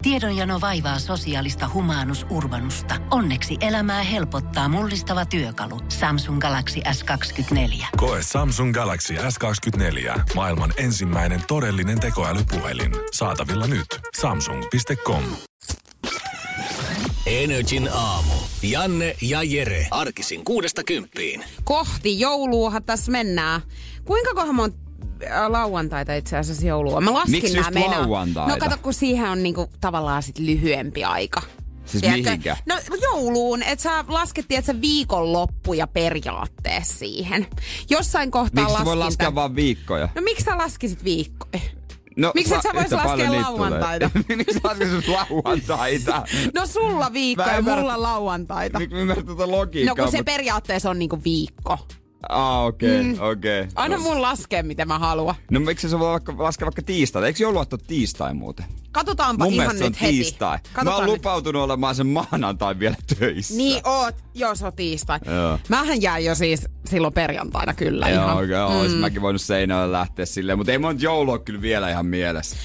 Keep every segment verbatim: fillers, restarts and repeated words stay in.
Tiedonjano vaivaa sosiaalista humanus urbanusta. Onneksi elämää helpottaa mullistava työkalu. Samsung Galaxy S kaksikymmentäneljä. Koe Samsung Galaxy S kaksikymmentäneljä. Maailman ensimmäinen todellinen tekoälypuhelin. Saatavilla nyt. samsung piste com. Energin aamu. Janne ja Jere. Arkisin kuudesta kymppiin. Kohti jouluahan tässä mennään. Kuinka kohan monta lauantaita itse asiassa joulua? Mä laskin Miksi just meinaa. lauantaita? No kato, kun siihen on niinku tavallaan sit lyhyempi aika. Siis Tiedätkö? mihinkä? No jouluun, että sä laskettiin, että sä viikonloppuja periaatteessa siihen. Jossain kohtaa miksi laskin. voi laskea tämän... vaan viikkoja? No miksi sä laskisit viikkoja? No, miksi et sä vois yhtä laskea paljon lauantaita? Miksi sä laskisit lauantaita? No sulla viikko ja ymmärrä... mulla lauantaita. Miksi ymmärrät tuota logiikkaa? No kun se mutta... periaatteessa on niinku viikko. Ah, okei, okay, Mm. okei. Okay. Anna mun laskea, miten mä haluan. No miksi se voi vaikka, laskea vaikka tiistaita? Eikö jouluaatto tiistai muuten? Katsotaanpa Mun ihan mielestä se on nyt heti. tiistai. Katsotaan mä oon nyt. lupautunut olemaan sen maanantain vielä töissä. Niin oot, joo se on tiistai. Joo. Mähän jäin jo siis silloin perjantaina kyllä Joo, ihan. okei, okay, Mm. ois mäkin voinut Seinäjoelle lähteä silleen, mutta ei mun joulua kyllä vielä ihan mielessä.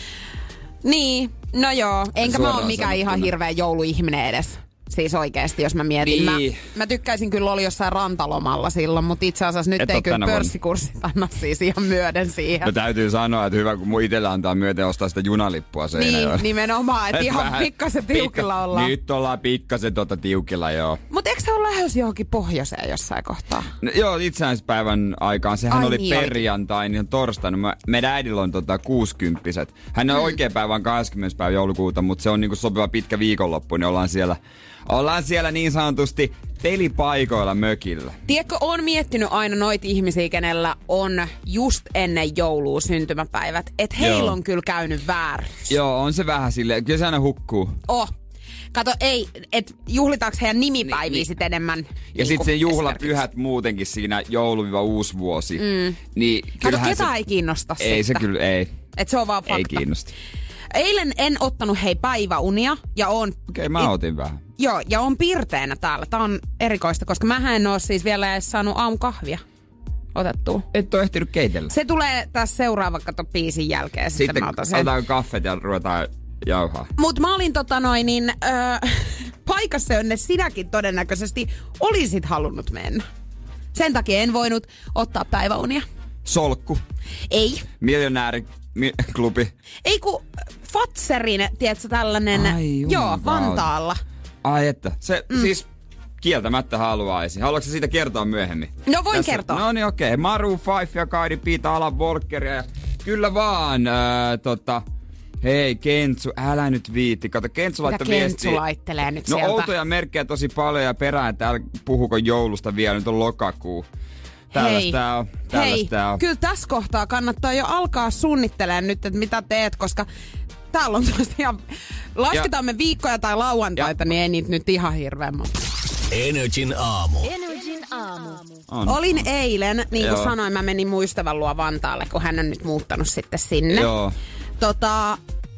Niin, no joo. Enkä mä Suoraan oo mikään sanottuna. ihan hirveä jouluihminen edes. Siis oikeesti, jos mä mietin. Niin. Mä, mä tykkäisin kyllä olla jossain rantalomalla silloin, mutta itse asiassa nyt Et ei oo kyllä tänä vuonna. pörssikurssit anna siis ihan myöden siihen. No täytyy sanoa, että hyvä kun mun itellä antaa myöten ostaa sitä junalippua niin, Seinäjoelle. nimenomaan, että Et ihan vähän pikkasen pikka- tiukilla ollaan. Nyt ollaan pikkasen tota tiukilla, joo. Mutta eikö se ole lähes johonkin pohjoiseen jossain kohtaa? No, joo, itsenäispäivän aikaan. Sehän Ai oli niin perjantai, niin torstaina. Mä, meidän äidillä on tota kuusikymppiset. Hän on mm. oikea päivä on kahdeskymmenes päivä joulukuuta, mutta se on niinku sopiva pitkä viikonloppu, niin ollaan siellä, ollaan siellä niin sanotusti pelipaikoilla mökillä. Tiedätkö, oon miettinyt aina noita ihmisiä, kenellä on just ennen joulua syntymäpäivät, että heillä Joo. on kyllä käynyt väärin. Joo, on se vähän silleen. Kyllä se aina hukkuu. Oh. Kato, ei, et juhlitaanko heidän nimipäiviä Niin, niin. sit enemmän? Ja niin sitten se kuin juhlapyhät muutenkin siinä joulu-uusvuosi. Mm. Niin Kato, kyllähän ketään se, ei kiinnosta ei siitä. se kyllä, ei. Et se on vaan fakta. Ei kiinnosta. Eilen en ottanut hei päiväunia ja on... Okei, okay, mä otin vähän. Joo, ja on pirteänä täällä. Tää on erikoista, koska mähän en oo siis vielä edes saanut aamukahvia otettua. Et ole ehtinyt keitellä. Se tulee tässä seuraava kato biisin jälkeen. Sitten, Sitten mä otan sen. otetaan kaffet ja ruvetaan jauhaa. Mut mä olin tota noin niin, öö, paikassa, jonne sinäkin todennäköisesti olisit halunnut mennä. Sen takia en voinut ottaa päiväunia. Solkku. Ei. Miljonääriklubi. Ei kun Fatserin, tiedätkö tällainen, Ai, joo, jumalauta. Vantaalla. Ai että, se mm. siis kieltämättä haluaisi. Haluatko sä siitä kertoa myöhemmin? No voin Tässä, kertoa. No niin okei. Okay. Maroon viisi ja Cardi B, Alan Walkeria ja kyllä vaan öö, tota... Hei Kentsu, älä nyt viitti. Kato, Kentsu laittoi Mitä viestiä. Kentsu laittelee nyt No sieltä? outoja merkkejä tosi paljon ja perään täällä puhuko joulusta vielä. Nyt on lokakuu. Tällaista on. Tällaista Hei, on. kyllä tässä kohtaa kannattaa jo alkaa suunnittelemaan nyt, että mitä teet, koska täällä on tosiaan, lasketaan me viikkoja tai lauantaita, Ja. niin ei niitä nyt ihan hirveän monta. Energin aamu. Energin aamu. On. Olin eilen, niin kuin Joo. sanoin, mä menin muistavan luo Vantaalle, kun hän on nyt muuttanut sitten sinne. Joo. Tota,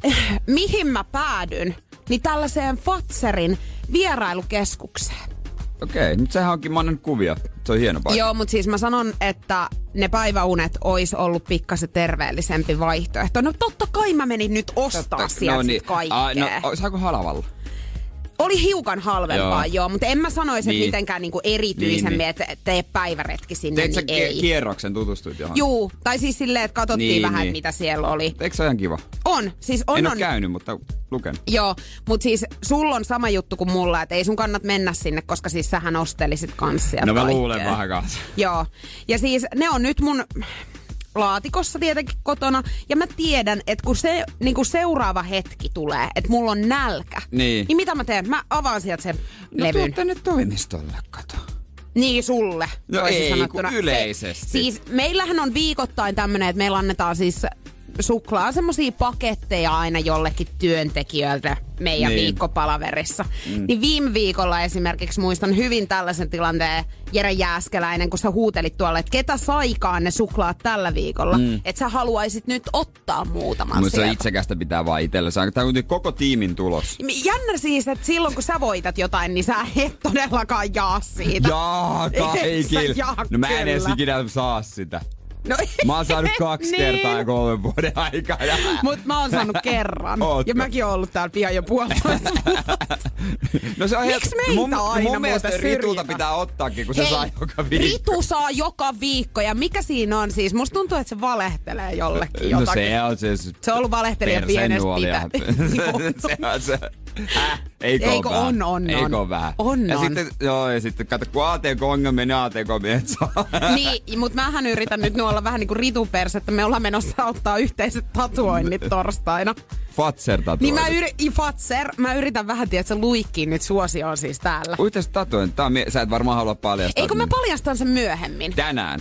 mihin mä päädyn? Niin tällaiseen Fatserin vierailukeskukseen. Okei, nyt sehän onkin, mä annan kuvia. Se on hieno paikka. Joo, mutta siis mä sanon, että ne päiväunet ois ollut pikkasen terveellisempi vaihtoehto. No totta kai mä menin nyt ostaa Totta- sieltä no sit niin. kaikkea. Ai, no, o- saako halavalla? Oli hiukan halvempaa, joo, Joo. joo mutta en mä sanoisi, että Niin. mitenkään niinku erityisemmin, Niin, niin. että tee päiväretki sinne, Teetkö sä niin ei. ki- kierroksen, tutustuit johon? Juu, tai siis silleen, että katsottiin Niin, vähän, niin. mitä siellä oli. Eikö se ole ihan kiva? On, siis on en on. ole käynyt, mutta luken. Joo, mutta siis sulla on sama juttu kuin mulla, että ei sun kannat mennä sinne, koska siis sähän ostelisit kans sieltä No mä kaikkea. luulen vähän kanssa. Joo, ja siis ne on nyt mun laatikossa tietenkin kotona, ja mä tiedän, että kun se niinku seuraava hetki tulee, että mulla on nälkä, Niin. niin mitä mä teen? Mä avaan sieltä sen No levyn. tuu tänne toimistolle, kato. Niin sulle, No toisin ei, sanottuna. kun yleisesti. Se, siis meillähän on viikoittain tämmönen, että meillä annetaan siis suklaa semmosia paketteja aina jollekin työntekijöiltä meidän Niin. viikkopalaverissa. Mm. Niin viime viikolla esimerkiksi muistan hyvin tällaisen tilanteen, Jere Jääskeläinen, kun sä huutelit tuolla, että ketä saikaan ne suklaat tällä viikolla, mm. että sä haluaisit nyt ottaa muutaman Mutta se sieltä. itsekästä pitää vaan itsellä. Tämä on kuitenkin koko tiimin tulos. Jännä siis, että silloin kun sä voitat jotain, niin sä et todellakaan jaa siitä. Jaa, Et sä kaikille. jaa, No mä en edes kyllä. ikinä saa sitä. No, mä oon saanut kaksi niin. kertaa kolmen vuoden aikana. Mut mä oon saanut kerran. Ootko? Ja mäkin oon ollut täällä pian jo puolitoista vuotta. No se on Miksi helt... meitä mun, aina mun mielestä muuten Ritulta syrjitään? pitää ottaakin, kun Hei, se saa joka viikko. Ritu saa joka viikko. Ja mikä siinä on siis? Musta tuntuu, että se valehtelee jollekin No jotakin. se on se... Se on ollut valehtelija pienestä persenuolia. Se on se... Häh? Eikö, Eikö vähän? on, on, Eikö on. vähän? On, ja on. sitten, joo, ja sitten kato, kun A T K-ongelmia, niin A T K-miehet saa. Niin, mutta mähän yritän nyt olla vähän niinku ritupers, että me ollaan menossa ottaa yhteiset tatuoinnit torstaina. Fatser tatuoinnit. Niin mä, yri- Fatser, mä yritän vähän, tiedätkö, luikkiin nyt suosioon siis täällä. Yhteiset tatuoinnit, tää on, mie- sä et varmaan halua paljastaa. Eikö mä niitä. paljastan sen myöhemmin? Tänään.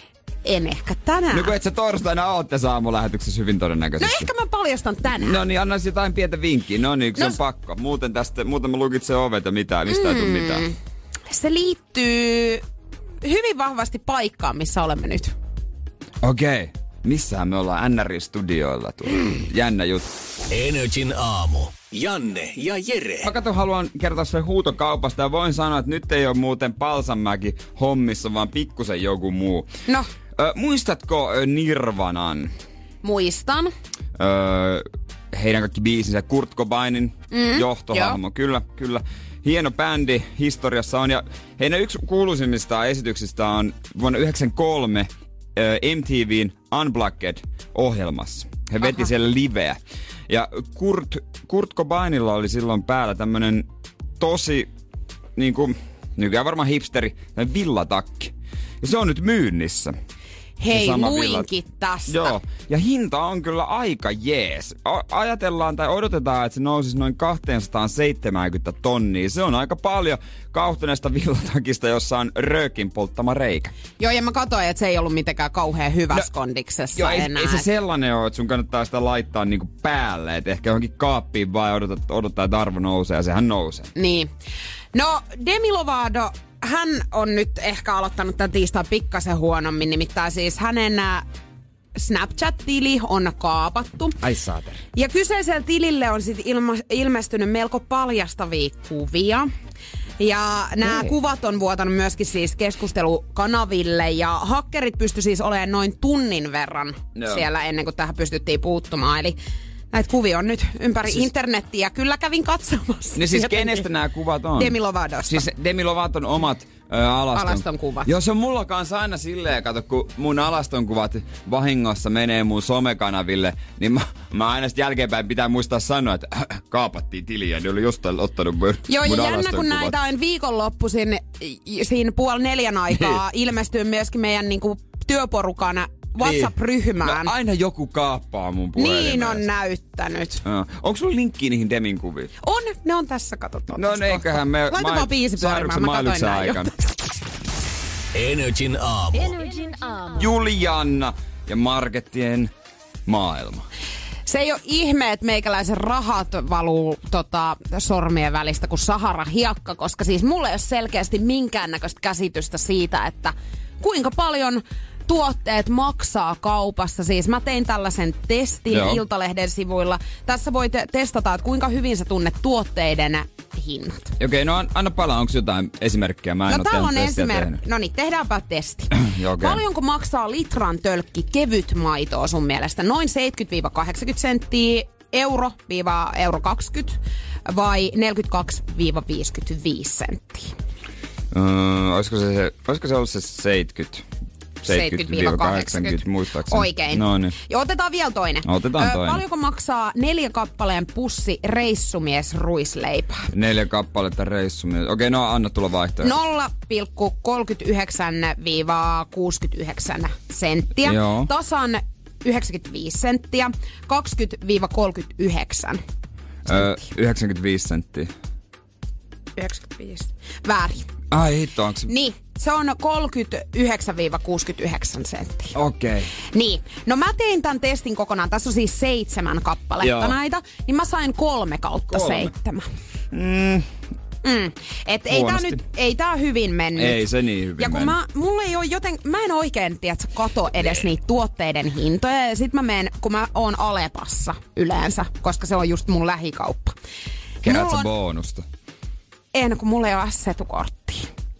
En ehkä tänään. No kun et sä torstaina oot tässä aamulähetyksessä hyvin No todennäköisesti. ehkä mä paljastan tänään. No niin, anna jotain pientä vinkkiä. No niin, se No on s- pakko. Muuten tästä, muuten mä lukitsen ovet ja mitään, mistä mm. ei tule mitään. Se liittyy hyvin vahvasti paikkaan, missä olemme nyt. Okei. Okay. Missähän me ollaan? N R I-studioilla tuolla. Jännä juttu. Energin aamu. Janne ja Jere. Mä kato, haluan kertoa sen huutokaupasta ja voin sanoa, että nyt ei ole muuten Palsanmäki hommissa, vaan pikkusen joku muu. No, Ö, muistatko ö, Nirvanan? muistan. Öö, heidän kaikki biisinsä, Kurt Cobainin mm, johtohahmo, joo. kyllä, kyllä. Hieno bändi historiassa on, ja heidän yksi kuuluisimmista esityksistä on vuonna yhdeksänkymmentäkolme äh, M T V:n Unplugged-ohjelmassa. He veti Aha. siellä liveä. Ja Kurt, Kurt Cobainilla oli silloin päällä tämmönen tosi, niinku, nykyään varmaan hipsteri, villatakki. Ja se on nyt myynnissä. Hei, sama luinkin tästä. Joo, ja hinta on kyllä aika jees. A- ajatellaan tai odotetaan, että se nousisi noin kaksisataaseitsemänkymmentä tonnia. Se on aika paljon kauhtuneesta villatakista, jossa on röökin polttama reikä. Joo, ja mä katsoin, että se ei ollut mitenkään kauhean hyvässä no, kondiksessa joo, ei, enää. ei se sellainen ole, että sun kannattaa sitä laittaa niinku päälle. Että ehkä johonkin kaappiin vaan odottaa, odottaa, että arvo nousee, ja sehän nousee. Niin. No, Demi Lovato, hän on nyt ehkä aloittanut tämän tiistain pikkasen huonommin, nimittäin siis hänen ä, Snapchat-tili on kaapattu. Ai saateri. Ja kyseiselle tilille on sitten ilma- ilmestynyt melko paljastavia kuvia. Ja nämä kuvat on vuotanut myöskin siis keskustelukanaville ja hakkerit pysty siis olemaan noin tunnin verran Joo. siellä ennen kuin tähän pystyttiin puuttumaan. Eli näitä kuvia on nyt ympäri siis, internettiä. Kyllä kävin katsomassa. Niin siis kenestä nämä kuvat on? Demi Lovadosta. Siis Demi Lovaton omat ö, alaston. alaston kuvat. Joo, se on mulla kanssa aina silleen, kato, kun mun alaston kuvat vahingossa menee mun somekanaville, niin mä, mä aina sit jälkeenpäin pitää muistaa sanoa, että äh, kaapattiin tiliä, niin oli jostain ottanut mun, Joo, mun ja alaston jännä, kun kuvat. näitä on viikonloppuisin, siinä puoli neljän aikaa ilmestyy myöskin meidän niinku, työporukan WhatsApp-ryhmään. No, aina joku kaappaa mun puhelimeen. Niin on näyttänyt. No. Onko sulla linkki niihin Demin kuviin? On, ne on tässä, katsotaan. No eiköhän me... Laita vaan biisi pyörimään, mä katsoin näin jo. Energin aamu. Energin aamu. Julianna ja markettien maailma. Se ei ole ihme, että meikäläisen rahat valuu tota, sormien välistä kuin Sahara hiekka, koska siis mulla ei ole selkeästi minkäännäköistä käsitystä siitä, että kuinka paljon tuotteet maksaa kaupassa. Siis mä tein tällaisen testin Joo. Iltalehden sivuilla. Tässä voit testata, että kuinka hyvin sä tunnet tuotteiden hinnat. Okei, okay, no anna palaa, onko jotain esimerkkiä? Mä en no ole täällä on tehnyt testiä esimerkki. tehnyt. No niin, tehdäänpä testi. Joo, okay. Paljonko maksaa litran tölkki kevyt maitoa sun mielestä? Noin seitsemänkymmentä kahdeksankymmentä senttiä, euro viiva euro kaksikymmentä vai neljäkymmentäkaksi viisikymmentäviisi senttiä? Uh, olisiko, se, se, olisiko se ollut se seitsemänkymmentä? seitsemänkymmentä kahdeksankymmentä muistaakseni. Oikein. No niin. Ja otetaan vielä toinen. Otetaan Ö, toinen. Paljonko maksaa neljä kappaleen pussi reissumies ruisleipää? Neljä kappaletta reissumies. Okei, okay, no anna tulla vaihtoehto. nolla pilkku kolmekymmentäyhdeksän kuusikymmentäyhdeksän senttiä. Joo. Tasan yhdeksänkymmentäviisi senttiä. kaksikymmentä kolmekymmentäyhdeksän Öö, yhdeksänkymmentäviisi senttiä. yhdeksänkymmentäviisi. Väärin. Ai hitto, onks... Niin, se on kolmekymmentäyhdeksän kuusikymmentäyhdeksän senttiä. Okei. Okay. Niin, no mä tein tämän testin kokonaan. Tässä on siis seitsemän kappaletta Joo. näitä. Niin mä sain kolme kautta Kolme. seitsemän. Mm, Mm. Et ei tää nyt, ei tää hyvin mennyt. ei se niin hyvin Ja kun mennyt. mä, mulla ei oo joten, mä en oikein, tiedätkö, kato edes niitä tuotteiden hintoja. Ja sit mä menen, kun mä oon Alepassa yleensä, koska se on just mun lähikauppa. Kerät sä on, bonusta? en, kun mulla ei oo S-etukorttia.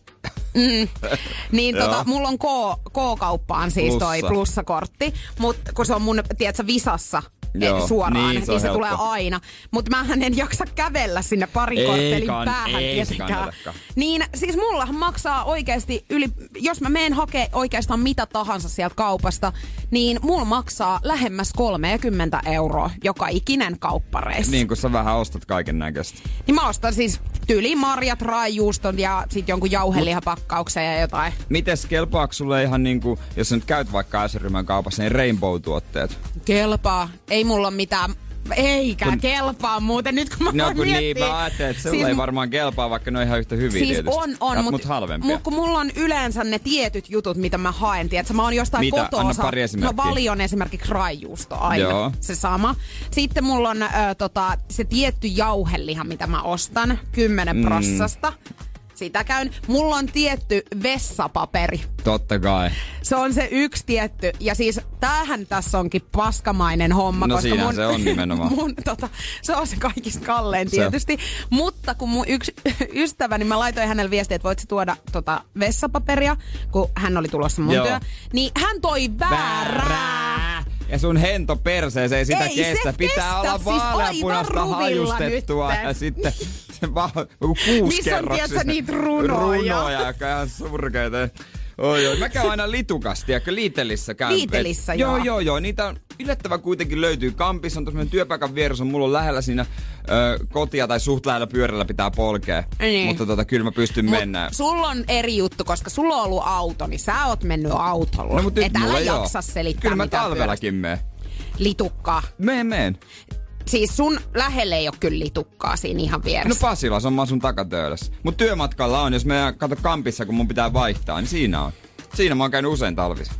Mm. Niin tota, mulla on K- K-kauppaan siis Plussa. toi plussakortti, mutta kun se on mun, tiedätkö, Visassa Joo, suoraan, niin se, niin se tulee aina. Mutta mähän en jaksa kävellä sinne parikorttelin päähän ei tietenkään. Niin siis mullahan maksaa oikeasti yli, jos mä menen hakee oikeastaan mitä tahansa sieltä kaupasta, niin mulla maksaa lähemmäs kolmekymmentä euroa joka ikinen kauppareissu. Niin kun sä vähän ostat kaiken näköistä. Niin mä ostan siis tyyli marjat, raajuuston ja sit jonkun jauhelihapakkauksen ja jotain. Mites kelpaako sulle ihan niinku, jos sä nyt käyt vaikka S-ryhmän kaupassa, niin Rainbow-tuotteet? Kelpaa. Ei mulla ole mitään, eikä kun... kelpaa muuten nyt kun mä no, voin kun miettiä. Niin, mä ajattelin, että sulla siis... ei varmaan kelpaa, vaikka ne on ihan yhtä hyviä siis tietysti. on, on, ja, mut, mut halvempia. Mut kun mulla on yleensä ne tietyt jutut, mitä mä haen, tiedätkö? Mä oon jostain mitä? kotoa. Anna pari no Valion esimerkiksi raijuusto aina, Joo. se sama. Sitten mulla on ö, tota, se tietty jauheliha, mitä mä ostan, kymmenen mm. prossasta. Sitä käyn. Mulla on tietty vessapaperi. Totta kai. Se on se yksi tietty. Ja siis tämähän tässä onkin paskamainen homma. No koska siinä mun, se on nimenomaan. Mun, tota, se on se kaikista kallein tietysti. Se. Mutta kun mun yksi ystäväni, mä laitoin hänelle viestiä, että voit sä tuoda tota vessapaperia, kun hän oli tulossa mun Joo. työ. Niin hän toi väärää. väärää. Ja sun hento perseeseen ei sitä ei kestä. Se Pitää kestä. olla vaaleanpunaista siis hajustettua. Ja sitten se vaan kuusi missä on tiedätkö niitä runoja? Runoja, jotka on ihan surkeita. Oi, oi. Mä käyn aina litukasti, tiedätkö, Liitelissä käyn. Liitelissä, joo. joo. Joo, joo, niitä on yllättävän kuitenkin löytyy. Kampissa on tosiaan työpaikan vieressä, mulla on lähellä siinä ö, kotia tai suht lähellä pyörällä pitää polkea. Niin. Mutta tota, kyllä mä pystyn Mut mennä. Sulla on eri juttu, koska sulla on ollut auto, niin sä oot mennyt autolla. No, mutta et älä mulla jaksa joo. selittää Kyllä mä mitään talvellakin menen. Litukkaa. Meen, meen. Siis sun lähelle ei ole kyllä litukkaa siinä ihan vieressä. No Pasilas on, mä asun takatöydässä. Mut työmatkalla on, jos mä kato kampissa, kun mun pitää vaihtaa, niin siinä on. Siinä mä oon käynyt usein talvissa.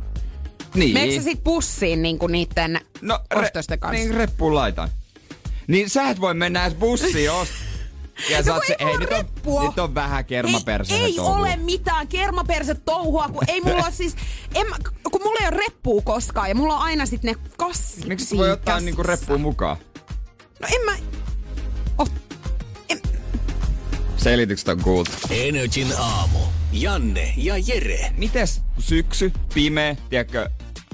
Niin. Meetkö sä sit bussiin niinku niitten no, ostosten kanssa? Niin, reppuun laitan. Niin sä et voi mennä edes bussiin ost. Ja no se, ei hei, nyt, on, nyt on vähän kermaperse. Ei, ei ole mitään kermaperse touhua, kun ei mulla siis, en, kun mulla ei ole reppua koskaan ja mulla on aina sit ne kassit. Miksi sä voi ottaa kassissa niinku reppuun mukaan? No en mä... Oh, en... Selitykset on kuultu. Energin aamu. Janne ja Jere. Mites syksy, pimeä, tiedätkö,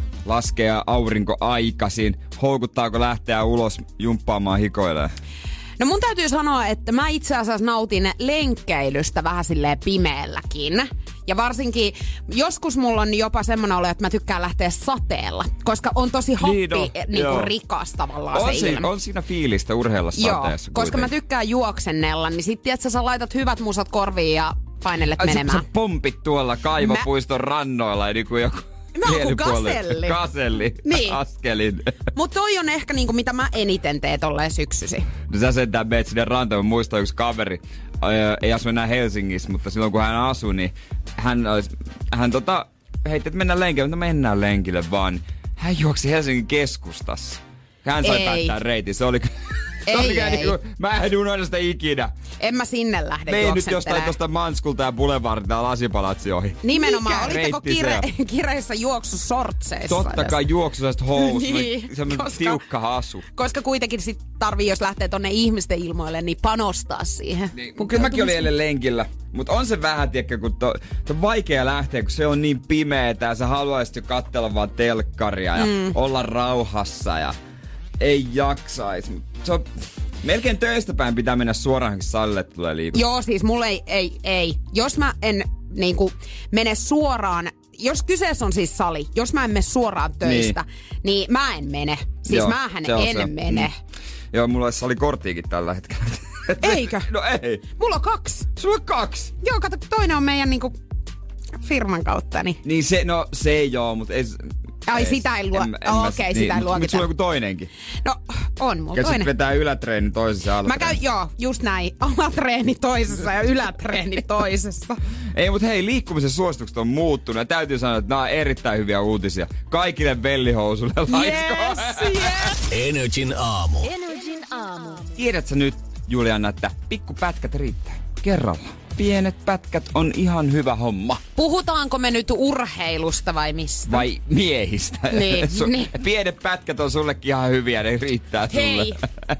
laskee aurinko aikaisin. Houkuttaako lähteä ulos jumppaamaan hikoilemaan? No mun täytyy sanoa, että mä itse asiassa nautin lenkkeilystä vähän silleen pimeälläkin. Ja varsinkin joskus mulla on jopa semmoinen olo, että mä tykkään lähteä sateella. Koska on tosi happi, niin, no, niin kuin rikas tavallaan on se si- ilma. On siinä fiilistä urheilla sateessa. Joo, koska mä tykkään juoksennella, niin sit tiedätkö, sä laitat hyvät musat korviin ja painelet Ai, menemään. Sä pompit tuolla Kaivopuiston mä... rannoilla, eli kuin joku... Mä oon kuin kaselli. Kaselli. Niin. Askelin. Mut toi on ehkä niinku mitä mä eniten teen tolleen syksysi. No sä sentään meet sinne rantaan. Mä muistan yksi kaveri. Ää, ei asu enää Helsingissä, mutta silloin kun hän asui, niin hän, olisi, hän tota, heitti, että mennään lenkille. Mutta mennään lenkille vaan. Hän juoksi Helsingin keskustassa. Hän sai ei. päättää reitin. Se oli... Ei, ei. Niinku, mä en unohda sitä ikinä. En mä sinne lähde juoksentelee. Mei nyt jostain tosta Manskulta ja Boulevardilta Lasipalatsi ohi. Nimenomaan. Olitteko kire, kireissä juoksusortseissa? Totta kai juoksusesta housu. Niin, semmoinen koska, tiukka hasu. Koska kuitenkin sit tarvii, jos lähtee tonne ihmisten ilmoille, niin panostaa siihen. Niin, kun kyllä mäkin olin eilen lenkillä. Mutta on se vähän, tiedäkö, kun to, to on vaikea lähteä, kun se on niin pimeetä ja sä haluaisit jo katsella vaan telkkaria ja mm. olla rauhassa ja ei jaksaisi. Se on melkein töistä päin pitää mennä suoraan salille, että tulee liikuntaa. Joo, siis mulle ei, ei, ei. Jos mä en niinku mene suoraan, jos kyseessä on siis sali, jos mä en mene suoraan töistä, niin, niin mä en mene. Siis Joo, mähän en se. mene. Mm. Joo, mulla olisi salikorttiikin tällä hetkellä. Eikö? No ei. Mulla on kaksi. Sulla on kaksi? Joo, kato, toinen on meidän niinku firman kautta. Niin, niin se, no se joo, mutta ei... Ai ei, sitä ei luo... Oh, Okei, okay, niin, sitä ei luokita. Mutta sulla on joku toinenkin. No, on mulla ja toinen. Ja sit vetää ylätreeni toisessa ja alatreeni. Mä käyn, joo, just näin. Alatreeni toisessa ja ylätreeni toisessa. Ei, mutta hei, liikkumisen suositukset on muuttunut. Ja täytyy sanoa, että nämä on erittäin hyviä uutisia. Kaikille vellihousulle laiskoon. Yes, yes. Energin aamu. Energin aamu. Tiedätkö nyt, Juliana, että pikkupätkät riittää? Kerralla. pienet pätkät on ihan hyvä homma. Puhutaanko me nyt urheilusta vai mistä? Vai miehistä. Niin, Su- niin. Pienet pätkät on sullekin ihan hyviä, ne riittää sulle. Hei,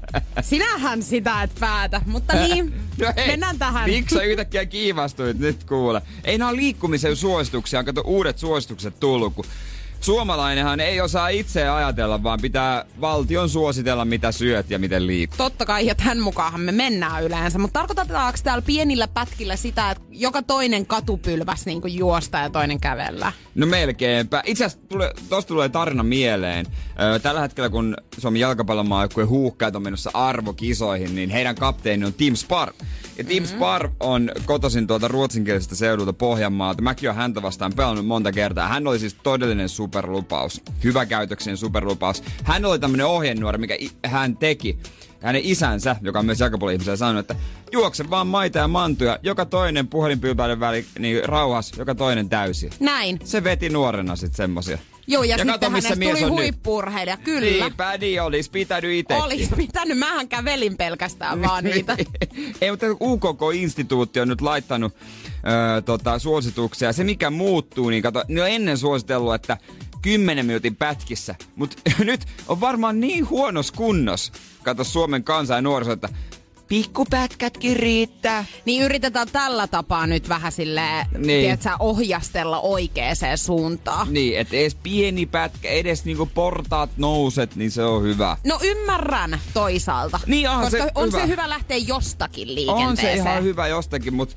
sinähän sitä et päätä, mutta niin, no hei, mennään tähän. Miksi sä yhtäkkiä kiivastuit nyt kuule? Ei nää on liikkumisen suosituksia, kato uudet suositukset tullut, kun suomalainenhan ei osaa itse ajatella, vaan pitää valtion suositella, mitä syöt ja miten liikut. Totta kai, ja tämän mukaanhan me mennään yleensä. Mutta tarkoitetaanko täällä pienillä pätkillä sitä, että joka toinen katupylväs niin kuin juosta ja toinen kävellä? No melkeinpä. Itse asiassa tule, tosta tulee tarina mieleen. Öö, tällä hetkellä, kun Suomen jalkapallomaajoukkueen huuhkajat on menossa arvokisoihin, niin heidän kapteeni on Tim Sparv. Ja Tim mm-hmm. Sparv on kotoisin tuolta ruotsinkielisestä seudulta Pohjanmaalta. Mäkin olen häntä vastaan pelannut monta kertaa. Hän oli siis todellinen superlupaus. Hyväkäytöksinen superlupaus. Hän oli tämmönen ohjenuori, mikä i- hän teki. Hänen isänsä, joka on myös jalkapallo-ihmisiä, sanoi, että juokse vaan maita ja mantuja. Joka toinen puhelinpylpäiden väli niin rauhas, joka toinen täysi. Näin. Se veti nuorena sit semmosia. Joo, ja, ja sitten kato, hänestä tuli huippu-urheilija, kyllä. Niinpä, niin olisi pitänyt itekin. Olisi pitänyt, mähän kävelin pelkästään vaan niitä. Ei, mutta U K K-instituutti on nyt laittanut öö, tota, suosituksia. Se mikä muuttuu, niin kato, ne on ennen suositellut, että kymmenen minuutin pätkissä. Mutta nyt on varmaan niin huonossa kunnossa, kato Suomen kansa ja nuoriso, että pikkupätkätkin riittää. Niin yritetään tällä tapaa nyt vähän silleen, niin. tiedätkö, ohjastella oikeeseen suuntaan. Niin, että edes pieni pätkä, edes niinku portaat nouset, niin se on hyvä. No ymmärrän toisaalta. Niin onhan koska se on hyvä. se hyvä lähteä jostakin liikenteeseen. On se ihan hyvä jostakin, mutta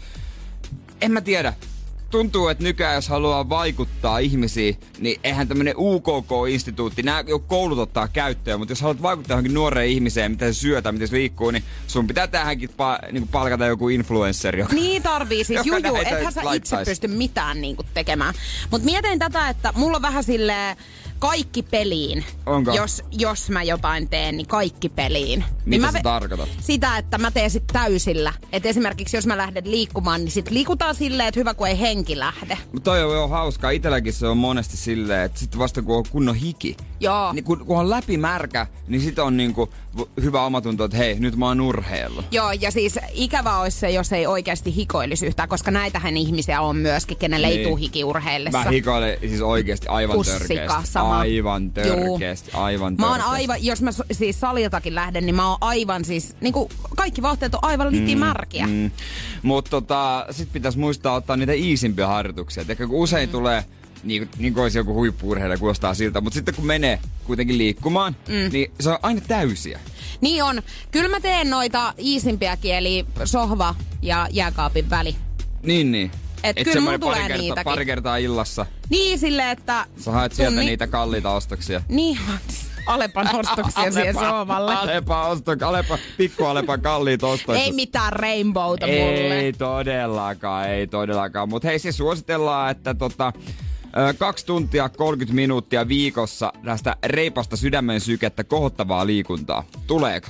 en mä tiedä. Tuntuu, että nykyään jos haluaa vaikuttaa ihmisiin, niin eihän tämmönen U K K-instituutti, nää jo koulut ottaa käyttöön, mutta jos haluat vaikuttaa johonkin nuoreen ihmiseen, miten se syötää, miten se liikkuu, niin sun pitää tähänkin pa- niinku palkata joku influenssari. Joka, niin tarvii siis, juu, juu, ethän sä itse pysty mitään niinku tekemään. Mut mietin tätä, että mulla on vähän silleen kaikki peliin. Onko? Jos, jos mä jotain teen, niin kaikki peliin. Mitä niin sä mä ve- tarkoitat? Sitä, että mä teen sit täysillä. Et esimerkiksi jos mä lähden liikkumaan, niin sit liikutaan silleen, että hyvä kun ei henki lähde. Mutta toi on jo hauskaa. Itelläkin se on monesti silleen, että sit vasta kun on kunnon hiki, Joo. niin kun, kun on läpimärkä, niin sit on niinku hyvä omatunto, että hei, nyt mä oon urheillut. Joo, ja siis ikävä olisi se, jos ei oikeasti hikoilisi yhtään, koska näitähän ihmisiä on myöskin, kenelle niin. ei tuu hiki urheillessa. Mä hikoilen siis oikeasti aivan Pussika, törkeästi. sama. Aivan törkeästi, aivan törkeästi. Mä oon aivan, jos mä siis saliltakin lähden, niin mä oon aivan siis, niinku kaikki vaatteet on aivan litimärkiä. Mm, mm. Mutta tota, sit pitäis muistaa ottaa niitä iisimpiä harjoituksia. Ehkä kun usein mm. tulee, niin, niin kuin olisi joku huippu-urheilija, kuulostaa siltä, mutta sitten kun menee kuitenkin liikkumaan, mm. niin se on aina täysiä. Niin on. Kyllä mä teen noita iisimpiäkin, eli sohva ja jääkaapin väli. Niin, niin. Et Et kyllä mulla pari tulee kertaa, niitäkin. Pari kertaa illassa. Niin silleen, että... Sä haet sieltä tunni... niitä kalliita ostoksia. Niin, Alepan ostoksia siihen sohvalle. Alepa ostok, Alepa, pikku Alepan kalliit ostoksia. Ei mitään rainbowta mulle. Ei todellakaan, ei todellakaan. Mut hei, siis suositellaan, että tota... Kaksi tuntia kolmekymmentä minuuttia viikossa tästä reipasta sydämen sykettä kohottavaa liikuntaa. Tuleeko?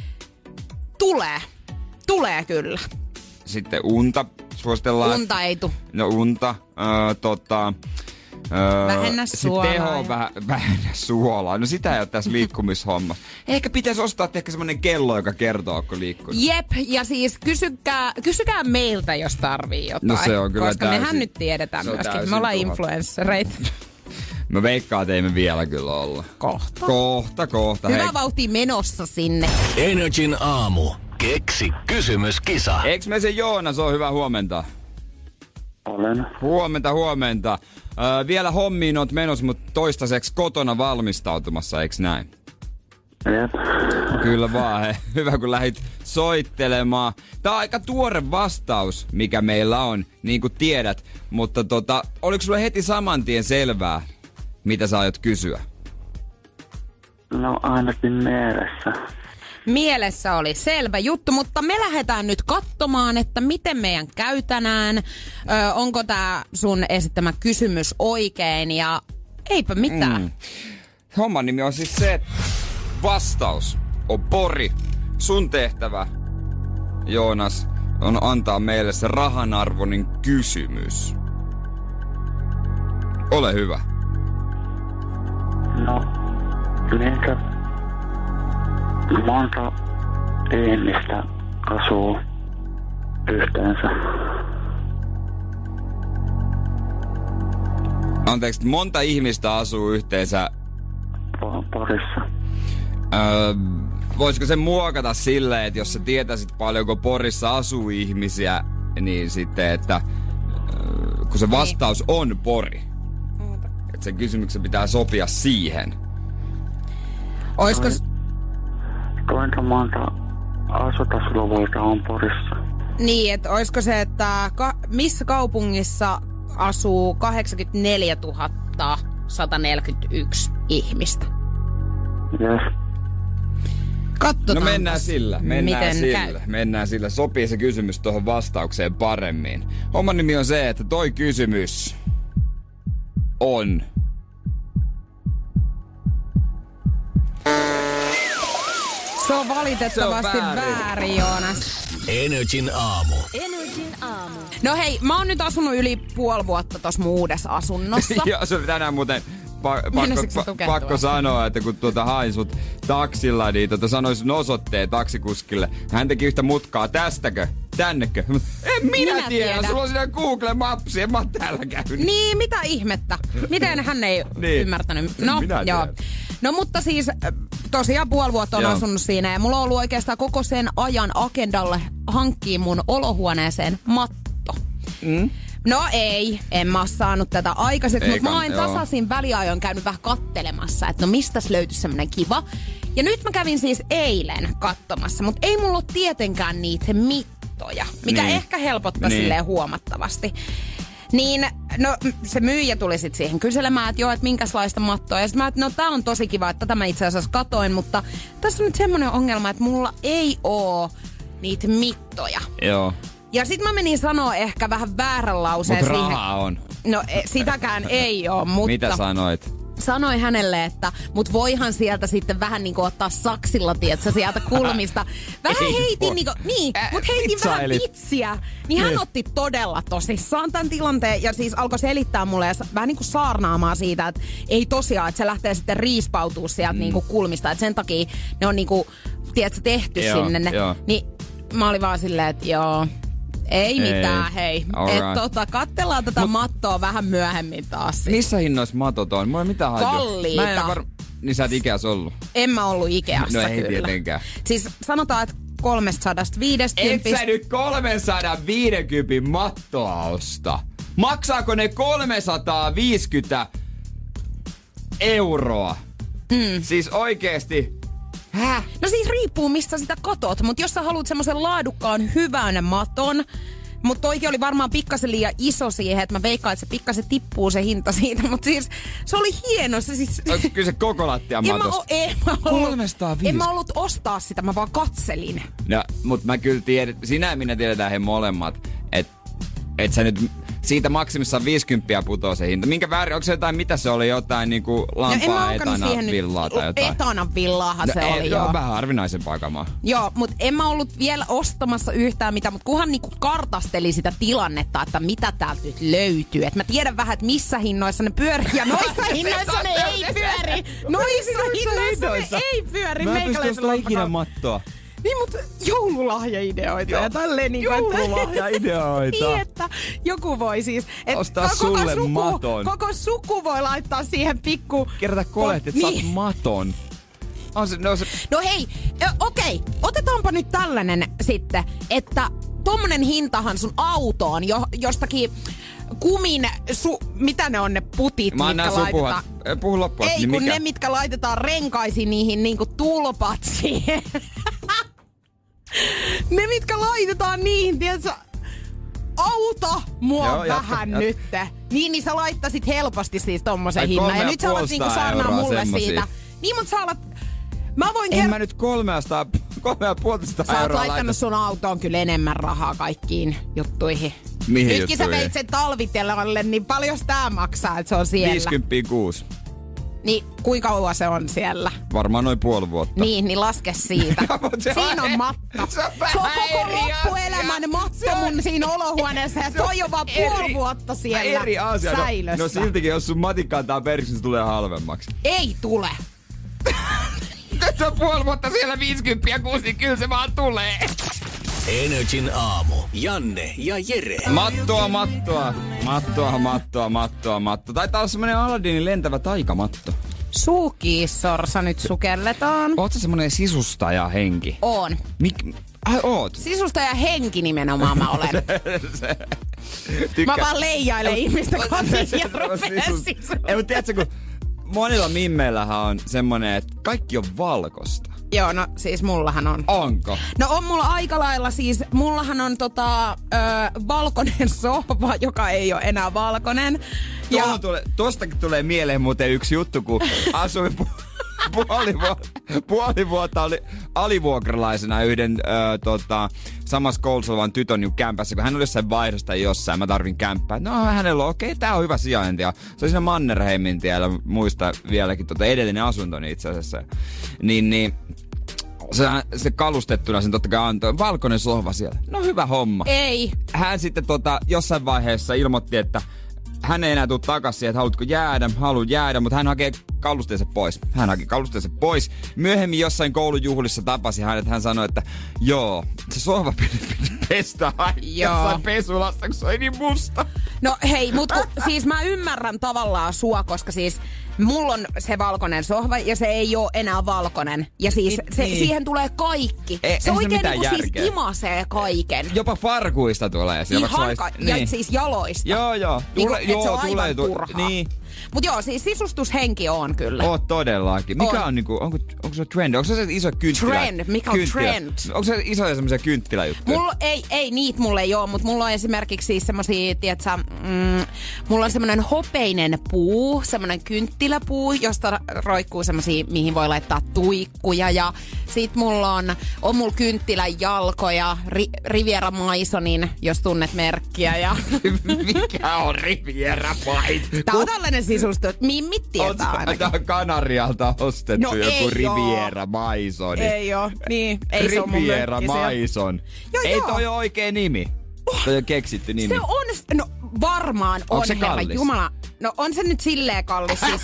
Tulee. Tulee kyllä. Sitten unta suositellaan. Unta ei tu. No unta. Öö, tota, öö, vähennä suolaa. Sitten teho väh, vähennä suolaa. No sitä ei ole tässä liikkumishommassa. Ehkä pitäisi ostaa ehkä semmonen kello, joka kertoo, kun liikkuu. Jep, ja siis kysykää, kysykää meiltä, jos tarvii jotain. No se on kyllä koska täysin, mehän nyt tiedetään myöskin. Me ollaan tuhat. influenssereita. Mä veikkaan, että ei me vielä kyllä olla. Kohta. Kohta, kohta. Hyvä hei. vauhti menossa sinne. Energin aamu. Keksi kysymyskisa. Eiks me se Joonas on hyvää huomenta? Olen. Huomenta, huomenta. Öö, vielä hommiin oot menossa, mutta toistaiseksi kotona valmistautumassa, eiks näin? Jep. Kyllä vaan, he. Hyvä kun lähdit soittelemaan. Tää on aika tuore vastaus, mikä meillä on, niin kuin tiedät. Mutta tota, oliko sulle heti saman tien selvää, mitä sä aiot kysyä? No ainakin mielessä. Mielessä oli selvä juttu, mutta me lähdetään nyt katsomaan, että miten meidän käy tänään. Ö, onko tää sun esittämä kysymys oikein ja eipä mitään. Mm. Homman nimi on siis se, että vastaus on Pori. Sun tehtävä, Joonas, on antaa meille se rahanarvoinen kysymys. Ole hyvä. No, niinkä monta ihmistä asuu yhteensä. Anteeksi, monta ihmistä asuu yhteensä? Po- Porissa. Öö, voisiko se muokata silleen, että jos sä tietäisit paljonko Porissa asuu ihmisiä, niin sitten, että öö, kun se vastaus on Pori, että sen kysymyksen pitää sopia siihen. Oisko... Kuinka monta asukasluvulta on Porissa? Niin, että oisko se, että ka- missä kaupungissa asuu kahdeksankymmentäneljätuhatta sata neljäkymmentäyksi ihmistä? Yes. No Katsotaan. mennään sillä, mennään miten sillä, käy. mennään sillä. Sopii se kysymys tuohon vastaukseen paremmin. Homman nimi on se, että toi kysymys on... Se on valitettavasti Se on väärin. väärin, Joonas. Energin aamu. No hei, mä oon nyt asunut yli puoli vuotta tossa mun uudessa asunnossa. Joo, se oli tänään muuten pa- Meinasitko sä pakko, pa- tukehtua? pakko sanoa, että kun tuota hain sut taksilla, niin tota sanoin sun osoitteen taksikuskille. Hän teki yhtä mutkaa. Tästäkö? Tännekö? En minä, Minä tiedä. tiedän. Sulla on siinä Google Maps, en mä oon täällä käynyt. Niin, mitä ihmettä? Miten hän ei Niin. ymmärtänyt? En No, minä joo. tiedä. No mutta siis äh, tosiaan puoli vuotta on Joo. asunut siinä ja mulla on ollut oikeastaan koko sen ajan agendalle hankkia mun olohuoneeseen matto. Mm? No ei, en mä oo saanut tätä aikaiseksi, mutta mä Eikä, oon joo. tasaisin väliajoin käynyt vähän kattelemassa, että no mistäs löytyisi semmonen kiva. Ja nyt mä kävin siis eilen katsomassa, mutta ei mulla ole tietenkään niitä mittoja, mikä Niin. ehkä helpottaa Niin. silleen huomattavasti. Niin, no se myyjä tuli sitten siihen kyselemään, että joo, että minkälaista mattoa. Ja sit mä, että no tää on tosi kiva, että tätä mä itse asiassa katoin, mutta tässä on nyt semmoinen ongelma, että mulla ei oo niitä mittoja. Joo. Ja sit mä menin sanoa ehkä vähän väärän lauseen Mut siihen. rahaa on. No e, sitäkään ei oo, mutta... Mitä sanoit? Sanoin hänelle, että mut voihan sieltä sitten vähän niinku ottaa saksilla, tietsä, sieltä kulmista. Vähän Ei heitin voi. niinku, niin, Äh, mut heitin vähän vitsailit. vitsiä. Niin hän Niin. otti todella tosissaan tämän tilanteen ja siis alkoi selittää mulle ja s- vähän niinku saarnaamaan siitä, että ei tosiaan, että se lähtee sitten riispautuu sieltä mm. niinku kulmista. Että sen takia ne on niinku, tietsä, tehty Joo, sinne. Ne. joo. Niin mä olin vaan silleen, että joo... Ei mitään, hei. Alright. Et tota, katsellaan tätä Mut, mattoa vähän myöhemmin taas. Missä hinnoissa matot on? Mulla ei mitään hajua. Kalliita. Mä en var... Niin sä et Ikeas ollut. En mä ollut Ikeassa No ei kyllä. tietenkään. Siis sanotaan, että kolmesataaviisikymmentä. Et sä nyt kolmesataaviisikymmentä mattoa osta. Maksaako ne kolmesataaviisikymmentä euroa? Mm. Siis oikeesti. Häh? No siis riippuu, mistä sitä katot. Mutta jos sä haluat semmoisen laadukkaan hyvän maton, mutta toikin oli varmaan pikkasen liian iso siihen, että mä veikkaan, että se pikkasen tippuu se hinta siitä. Mutta siis se oli hieno. Se siis... Onko kyse koko lattian En mä, matosta? o- en, mä ollut, kolmesataaviisikymmentä. en mä ollut ostaa sitä, mä vaan katselin. No, mut mä kyllä tiedän, sinä ja minä tiedetään he molemmat, että et sä nyt siitä maksimissaan viisikymmentä putoo se hinta. Minkä väärin, onko se jotain, mitä se oli, jotain niinku No en mä lampaa alkanut etana siihen nyt- villaa tai jotain? Etanan villaahan No, se ei, oli, joo. joo. Vähän harvinaisempaa kamaa. Joo, mutta en mä ollut vielä ostamassa yhtään mitään, mutta kunhan niinku kartasteli sitä tilannetta, että mitä täältä nyt löytyy. Et mä tiedän vähän, että missä hinnoissa ne pyörii ja noissa hinnoissa ne ei pyöri. Noissa hinnoissa ne ei pyöri. Mä en pysty meikäläisellä ostamaan ikinä lompakalla. mattoa. Niin, mutta joululahjaideoita ja tälleen niin Joululahjaideoita. Niin, että joku voi siis... Et Ostaa koko sulle suku, maton. Koko suku voi laittaa siihen pikku... Kerta kolehti, että Niin. saat maton. On se, no se... No hei, ö, okei, otetaanpa nyt tällainen sitten, että tommonen hintahan sun autoon jo, jostakin kumin, su, mitä ne on ne putit, Mä mitkä annan supuhat. laitetaan. Puhu loppuun. Ei, niin kun mikä? ne, mitkä laitetaan renkaisiin niihin niinku tulpat siihen. Ne, mitkä laitetaan niihin, tiedätkö, auta mua Joo, jatka, vähän jatka. nyt. Niin, niin sä laittaisit helposti siis tommosen Ai hinnan. Ja kolme ja nyt sä alat niinku puolisataa saarnaa euroa mulle semmosia. siitä. Niin, mut sä alat... Mä voin En ker- mä nyt kolmesataa, kolme ja puolisataa Sä oot euroa laittanut laita. sun autoon kyllä enemmän rahaa kaikkiin juttuihin. Mihin Nytkin sä juttuihin? veit sen talvitelalle, niin paljon tää maksaa, että se on siellä. viisikymmentä kuusi. Niin kuinka kauan se on siellä? Varmaan noin puoli vuotta. Niin, niin laske siitä. Mut se Siinä on on- matto. se on Se on vähän koko eri loppuelämän asia. matto Se on- mun siinä olohuoneessa ja Se on toi on vaan eri- puoli vuotta siellä Eri asia. No, säilössä. no siltikin, jos sun matikka antaa periksi, se tulee halvemmaksi. Ei tule. Nyt on puoli vuotta siellä viisikymmentä ja kuusi, niin kyllä se vaan tulee. Energin aamu. Janne ja Jere. Mattoa, mattoa. Mattoa, mattoa, mattoa, mattoa. Taitaa olla semmonen Aladdinin lentävä taikamatto. Suukiissorsa nyt sukelletaan. Oot sä semmonen sisustaja henki? Oon. Mik? Ai oot. Sisustaja henki nimenomaan mä olen. se, mä vaan leijailen ihmistä kotiin ja rupeen sisustamaan. Ei, mutta tiedätkö, kun monilla mimmeillähän on semmonen, että kaikki on valkosta. Joo, no siis mullahan on. Onko? No on mulla aika lailla siis, mullahan on tota, ö, valkoinen sohva, joka ei ole enää valkoinen. Ja... Tule, tostakin tulee mieleen muuten yksi juttu, kun asuin pu- puoli, vuotta, puoli vuotta oli alivuokralaisena yhden ö, tota, samassa koulussa olevan tytön niin kämpässä, kun hän oli jossain vaihdosta jossain, mä tarvin kämppää. No hänellä on, okei, okay, tää on hyvä sijainti. Ja se oli siinä Mannerheimin tiellä, muista vieläkin tota edellinen asuntoni itse asiassa. Niin, niin se, se kalustettuna sen totta kai antoi. Valkoinen sohva siellä. No hyvä homma. Ei. Hän sitten tota, jossain vaiheessa ilmoitti, että hän ei enää tule takaisin, että haluatko jäädä, haluan jäädä, mutta hän hakee kalusteensa pois. Hän haki kalusteensa pois. Myöhemmin jossain koulujuhlissa tapasi hän, että hän sanoi, että joo, se sohva piti pestä jossain pesulassa, kun se oli niin musta. No hei, mut kun, siis mä ymmärrän tavallaan sua, koska siis mulla on se valkoinen sohva ja se ei oo enää valkoinen. Ja siis It, se, niin. siihen tulee kaikki. E, se oikein niinku järkeä. siis imasee kaiken. Jopa farkuista tulee. Ihan ka- ja niin. siis jaloista. Joo, joo. Niinku, Tule, joo, se on tulee. aivan Tu- turhaa. niin. Mut joo, siis sisustushenki on kyllä. Oot todellakin. Mikä on, on niinku, onko, onko se trendi? Onko se se iso kynttilä? Trend, mikä on kynttilä? trend? Onko se isoja semmoisia kynttiläjuttuja? Mulla ei, ei niitä mulle ei oo, mutta mulla on esimerkiksi siis semmosia, tietsä, mm, mulla on semmonen hopeinen puu, semmonen kynttiläpuu, josta roikkuu semmosia, mihin voi laittaa tuikkuja. Ja sit mulla on, on mulla kynttilän jalkoja, ri, Riviera Maisonin, jos tunnet merkkiä. Ja Mikä on Riviera Maisonin? tää on tällainen sisustus, mimmit tietää ainakin. Tää on Kanarialta ostettu No joku ei Riviera Maisoni. Ei oo, niin. Ei se oo mun Riviera mökki, se on- Maison. Joo, Ei joo. toi ole oikea nimi. Toi on keksitty nimi. Se on, no varmaan on, Onko se herra kallis? Jumala. No on se nyt silleen kallis siis.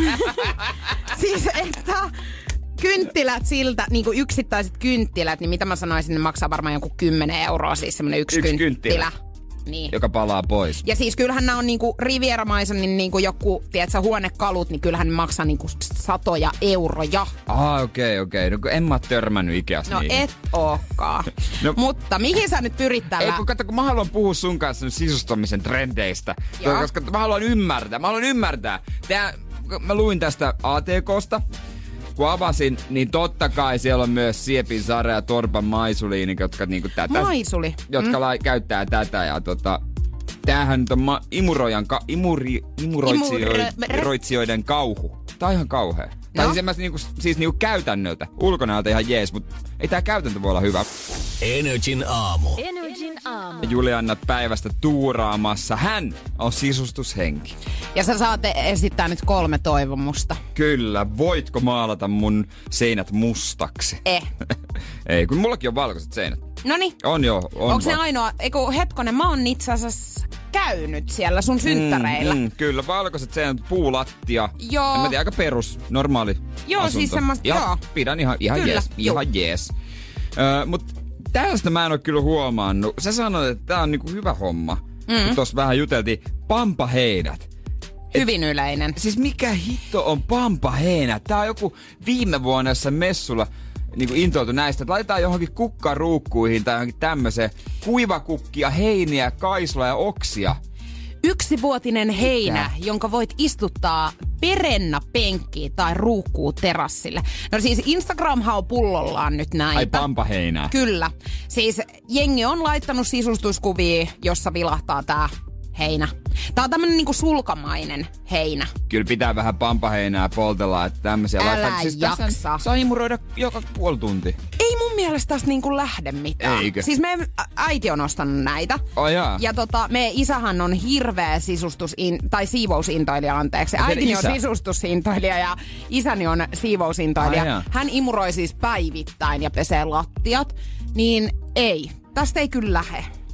Siis että kynttilät siltä, niinku yksittäiset kynttilät, niin mitä mä sanoisin, ne maksaa varmaan joku kymmenen euroa, siis semmonen yksi, Yksi kynttilä. kynttilä. Niin. Joka palaa pois. Ja siis kyllähän nämä on niinku Riviera Maisonin niinku joku, tiedätkö, huonekalut, niin kyllähän ne maksaa niinku satoja euroja. Ah, okei, okay, okei. Okay. No kun en mä törmännyt Ikeassa No niihin. et ookaan. No- Mutta mihin sä nyt pyrit tällä? Ei, kun katso, kun mä haluan puhua sun kanssa nyt sisustamisen trendeistä. Joo. Koska mä haluan ymmärtää, mä haluan ymmärtää. Tää, mä luin tästä A T K:sta. Kun avasin, niin totta kai siellä on myös Siepin Sara ja Torpan Maisuliini, jotka niinku tätä... Maisuli. Jotka mm. lai, käyttää tätä ja tota... Tämähän nyt on ma- imuroijan ka- imuri, imuroitsijoiden kauhu. Tää on ihan kauhea. Tai No. siis, en mä niinku, siis niinku käytännöltä. Ulkonäöltä ihan jees, mutta ei tää käytäntö voi olla hyvä. Energin aamu. Energin aamu. Julianna päivästä tuuraamassa. Hän on sisustushenki. Ja sä saat esittää nyt kolme toivomusta. Kyllä, voitko maalata mun seinät mustaksi? Eh. Ei, kun mullakin on valkoiset seinät. Noniin. On joo, on. Onko ne va- ainoa, eiku hetkonen, mä oon itse asiassa käynyt siellä sun synttäreillä. Mm, mm, kyllä, valkoiset seinät, puulattia. Joo. En mä tiedä, aika perus, normaali Joo, asunto. siis semmoista, ja joo. Pidän ihan, ihan Kyllä, jees, juu. ihan jees. Öö, mut tällaista mä en oo kyllä huomannut. Sä sanoit, että tää on niinku hyvä homma. Mm. Kun tossa vähän juteltiin, pampaheinät. Hyvin yleinen. Siis mikä hitto on pampaheinät? Tää on joku viime vuonna jossain messulla niin kuin intoiltu näistä, että laitetaan johonkin kukkaruukkuihin tai johonkin tämmöiseen kuivakukkia, heiniä, kaisla ja oksia. Yksivuotinen heinä, jonka voit istuttaa perennapenkkiin tai ruukkuu terassille. No siis Instagramhan on pullollaan nyt näitä. Ai pampaheinää. Kyllä. Siis jengi on laittanut sisustuskuvia, jossa vilahtaa tää heinä. Tää on tämmönen niinku sulkamainen heinä. Kyllä pitää vähän pampaheinää poltella, että tämmöisiä Älä laittaa. Siis tässä jaksa. saa imuroida joka puoli tunti. Ei mun mielestä tästä niinku lähde mitään. Eikö? Siis meidän ä- äiti on ostanut näitä. Oh, jaa. Ja tota, meidän isähän on hirveä sisustus, tai siivousintoilija, anteeksi. Teidän Äitini on isä? sisustusintoilija ja isäni on siivousintoilija. Ai jaa. Hän imuroi siis päivittäin ja pesee lattiat. Niin ei, tästä ei kyllä lähe.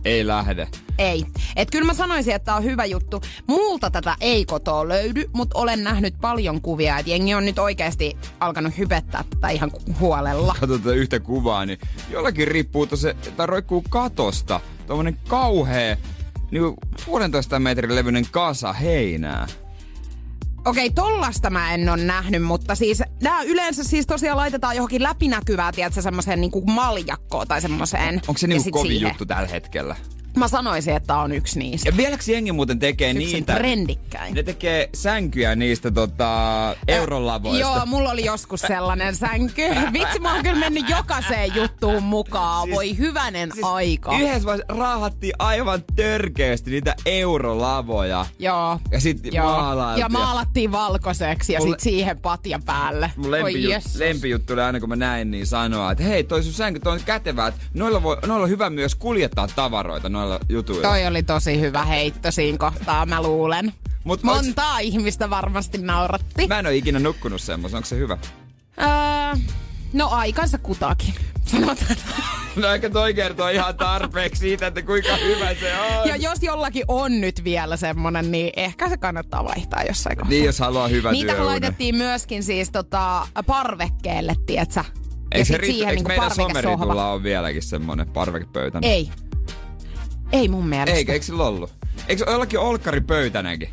Ei lähde. Ei. Et kyllä mä sanoisin, että tää on hyvä juttu. Multa tätä ei kotoa löydy, mutta olen nähnyt paljon kuvia, että jengi on nyt oikeasti alkanut hypettää tätä ihan huolella. Katsotaan yhtä kuvaa, niin jollakin riippuu tossa, tää roikkuu katosta. Tommonen kauhea, niin puolentoista metrin levyinen kasa heinää. Okei, tollasta mä en oo nähnyt, mutta siis nää yleensä siis tosiaan laitetaan johonkin läpinäkyvää, tiedätkö, semmoseen niinku maljakkoon tai semmoseen. Onko se niinku kovin siihen. juttu tällä hetkellä? Mä sanoisin, että on yksi niistä. Ja vieläks jengi muuten tekee yksi niitä? trendikkäin. Ne tekee sänkyjä niistä tota, eurolavoista. Joo, mulla oli joskus sellainen sänky. Vitsi, mä oon kyllä mennyt jokaiseen juttuun mukaan. Siis, Voi hyvänen siis aika. Yhdessä vaiheessa raahattiin aivan törkeästi niitä eurolavoja. Joo. Ja sit Joo. maalailtiin. Ja maalattiin valkoiseksi ja Mulle- sit siihen patja päälle. Mun Oi lempijut, jessus. lempijuttu oli aina kun mä näin niin sanoa, että hei toi sun sänky, toi on kätevää, että noilla, voi, noilla on hyvä myös kuljettaa tavaroita noilla jutuilla. Toi oli tosi hyvä heitto siinä kohtaa, mä luulen. Mut Montaa onks... ihmistä varmasti nauratti. Mä en oo ikinä nukkunut semmoisen, onko se hyvä? Öö, no aikansa kutakin, sanotaan. No ehkä toi kertoo ihan tarpeeksi siitä, että kuinka hyvä se on. Ja jos jollakin on nyt vielä semmonen, niin ehkä se kannattaa vaihtaa jossain kohtaa. Niin, jos haluaa hyvän Niitä työunen. laitettiin myöskin siis tota, parvekkeelle, tietsä? Eikö se sit riitu, eikö niinku meidän parvekesohva. someritulla on vieläkin semmonen parvekepöytä? Ei. Ei mun mielestä. Eikä, eikö sillä ollut? Eikö ole jollakin olkkaripöytänäkin?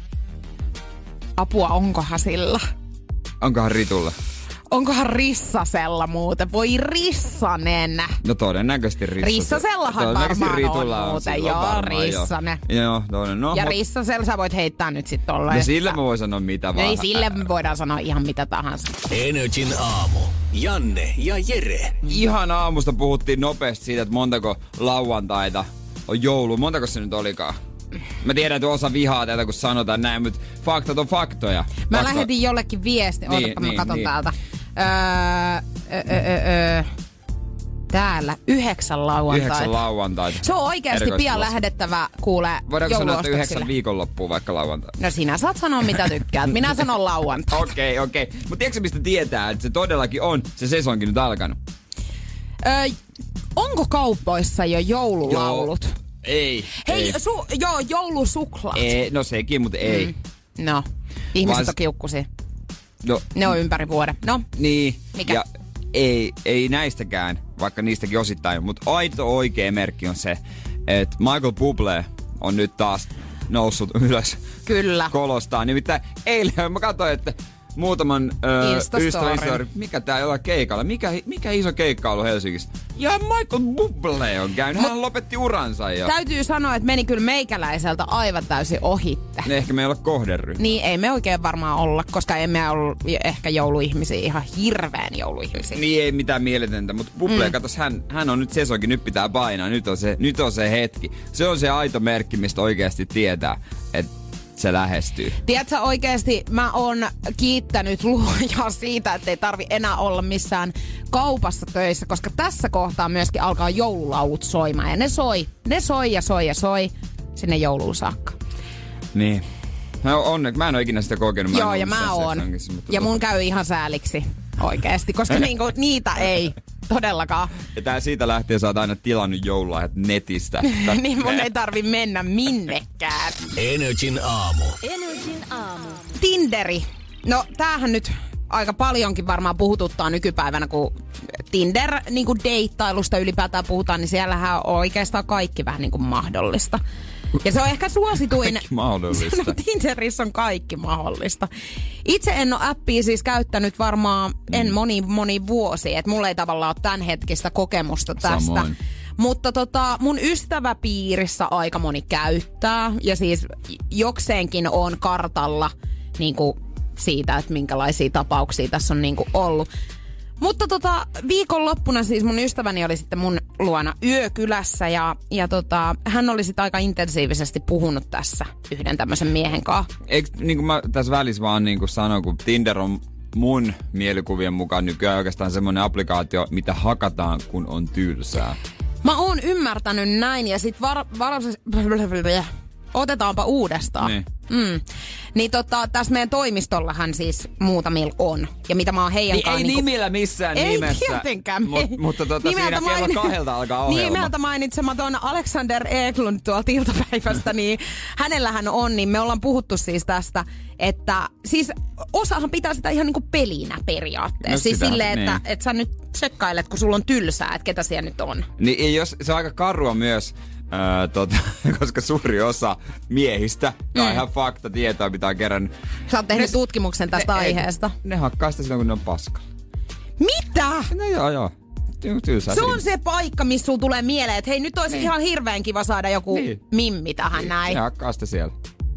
Apua, onkohan sillä? Onkohan Ritulla? Onkohan Rissasella muuten? Voi Rissanen. No todennäköisesti Rissasella. Rissasellahan Todennäköisesti varmaan Ritulla on muuten. silloin Joo, varmaan, Rissanen. Joo, joo toinen. No, Ja mut- Rissasella sä voit heittää nyt sit tolleen. No sillä mä voin sanoa mitä vaan. Ei, sille me voidaan sanoa ihan mitä tahansa. Energin aamu. Janne ja Jere. Ihan aamusta puhuttiin nopeasti siitä, että montako lauantaita on joulu. Montako se nyt olikaan? Mä tiedän, että osa vihaa tätä, kun sanotaan näin, mutta faktat on faktoja. Mä Fakta... lähetin jollekin viesti. Niin, Ootapa, niin, mä katon niin. täältä. Öö, öö, öö, öö. Täällä yhdeksän lauantaita. Yhdeksän lauantaita. Se on oikeasti pian Erikoistulossa. lähdettävä, kuule, Voidaanko sanoa, että yhdeksän jouluostoksille. viikonloppuun vaikka lauantaina? No sinä saat sanoa mitä tykkäät. Minä sanon lauantai. Okei, okei. Okay. Mutta tiedätkö mistä tietää, että se todellakin on se sesonkin nyt alkanut? Öö, onko kaupoissa jo joululaulut? Joo. Ei. Hei, ei. Su- joo, joulusuklaat. ei. No sekin, mutta ei. Mm. No, ihmiset Vaan- on kiukkusia. No, Ne on ympäri vuoden. No, niin. Mikä? Ja ei, ei näistäkään, vaikka niistäkin osittain, mutta aito oikea merkki on se, että Michael Bublé on nyt taas noussut ylös kyllä. kolostaan. Nimittäin eilen mä katsoin, että muutaman öö, Instastoryn. ystävästory, mikä tää jollain keikalla, mikä, mikä iso keikka on ollut Helsingissä. Ja Michael Bublé on käynyt, hän lopetti uransa jo. Täytyy sanoa, että meni kyllä meikäläiseltä aivan täysin ohitte. Ne ehkä me ei olla kohderyhmä. Niin ei me oikein varmaan olla, koska emme ole ehkä jouluihmisiä, ihan hirveän jouluihmisiä. Niin ei mitään mieletöntä, mutta Bublé, mm. katos, hän, hän on nyt sesonkin, nyt pitää painaa, nyt on, se, nyt on se hetki. Se on se aito merkki, mistä oikeasti tietää, että se lähestyy. Tiedätkö oikeesti, mä oon kiittänyt luojaa siitä, että ei tarvi enää olla missään kaupassa töissä, koska tässä kohtaa myöskin alkaa joululaulut soimaan. Ja ne soi, ne soi ja soi ja soi sinne jouluun saakka. Niin. No onneksi, mä en ole ikinä sitä kokenut. Mä en Joo, ollut ja mä missään oon. sesongissa, mutta Ja tota- mun käy ihan sääliksi oikeesti, koska niinku, niitä ei todellakaan. Ja tää siitä lähtien sä oot aina tilannut joululahjat netistä. Niin mun ei tarvi mennä minnekään. Energin aamu. Tinderi. No tämähän nyt aika paljonkin varmaan puhututtaa nykypäivänä, kun Tinder niin kuin deittailusta ylipäätään puhutaan, niin siellähän on oikeastaan kaikki vähän niin kuin mahdollista. Ja se on ehkä suosituin. Kaikki mahdollista. No, Tinderissä on kaikki mahdollista. Itse en ole appia siis käyttänyt varmaan en moni moni vuosi, että mulla ei tavallaan ole tämän hetkistä kokemusta tästä. Samoin. Mutta tota, mun ystäväpiirissä aika moni käyttää ja siis jokseenkin on kartalla niin kuin siitä, että minkälaisia tapauksia tässä on niin kuin ollut. Mutta tota, viikonloppuna siis mun ystäväni oli sitten mun luona yökylässä ja, ja tota, hän oli sitten aika intensiivisesti puhunut tässä yhden tämmöisen miehen kanssa. Eikö niin kuin mä tässä välissä vaan niin kuin sanon, kun Tinder on mun mielikuvien mukaan nykyään oikeastaan semmoinen applikaatio, mitä hakataan, kun on tylsää. Mä oon ymmärtänyt näin ja sit var, var, otetaanpa uudestaan. Niin. Mm. Niin tota, tässä meidän toimistollahan siis muutamilla on. Ja mitä mä oon heidän niin kanssa... Ei niinku... nimillä missään ei nimessä. Ei tietenkään. Mut, mutta tota, siinä kello main... kahdelta alkaa ohjelma. Nimeltä mainitsematon Alexander Eklund tuolta iltapäivästä, niin hänellähän on, niin me ollaan puhuttu siis tästä, että siis osahan pitää sitä ihan niinku pelinä periaatteessa. No siis silleen, niin. että, että sä nyt tsekkailet, kun sulla on tylsää, että ketä siellä nyt on. Niin jos, se on aika karua myös. Öö, tota, koska suuri osa miehistä, tää on mm. ihan fakta, tietoa mitä on kerran. Sä oot tehnyt ne, tutkimuksen tästä ne, aiheesta. Ne hakkaa sitä silloin, kun ne on paskalla. Mitä? No joo, joo. Tylsää se on se paikka, missä sulla tulee mieleen, että hei, nyt olisi niin. ihan hirveän kiva saada joku niin. mimmi tähän niin. näin. Ne hakkaa sitä siellä.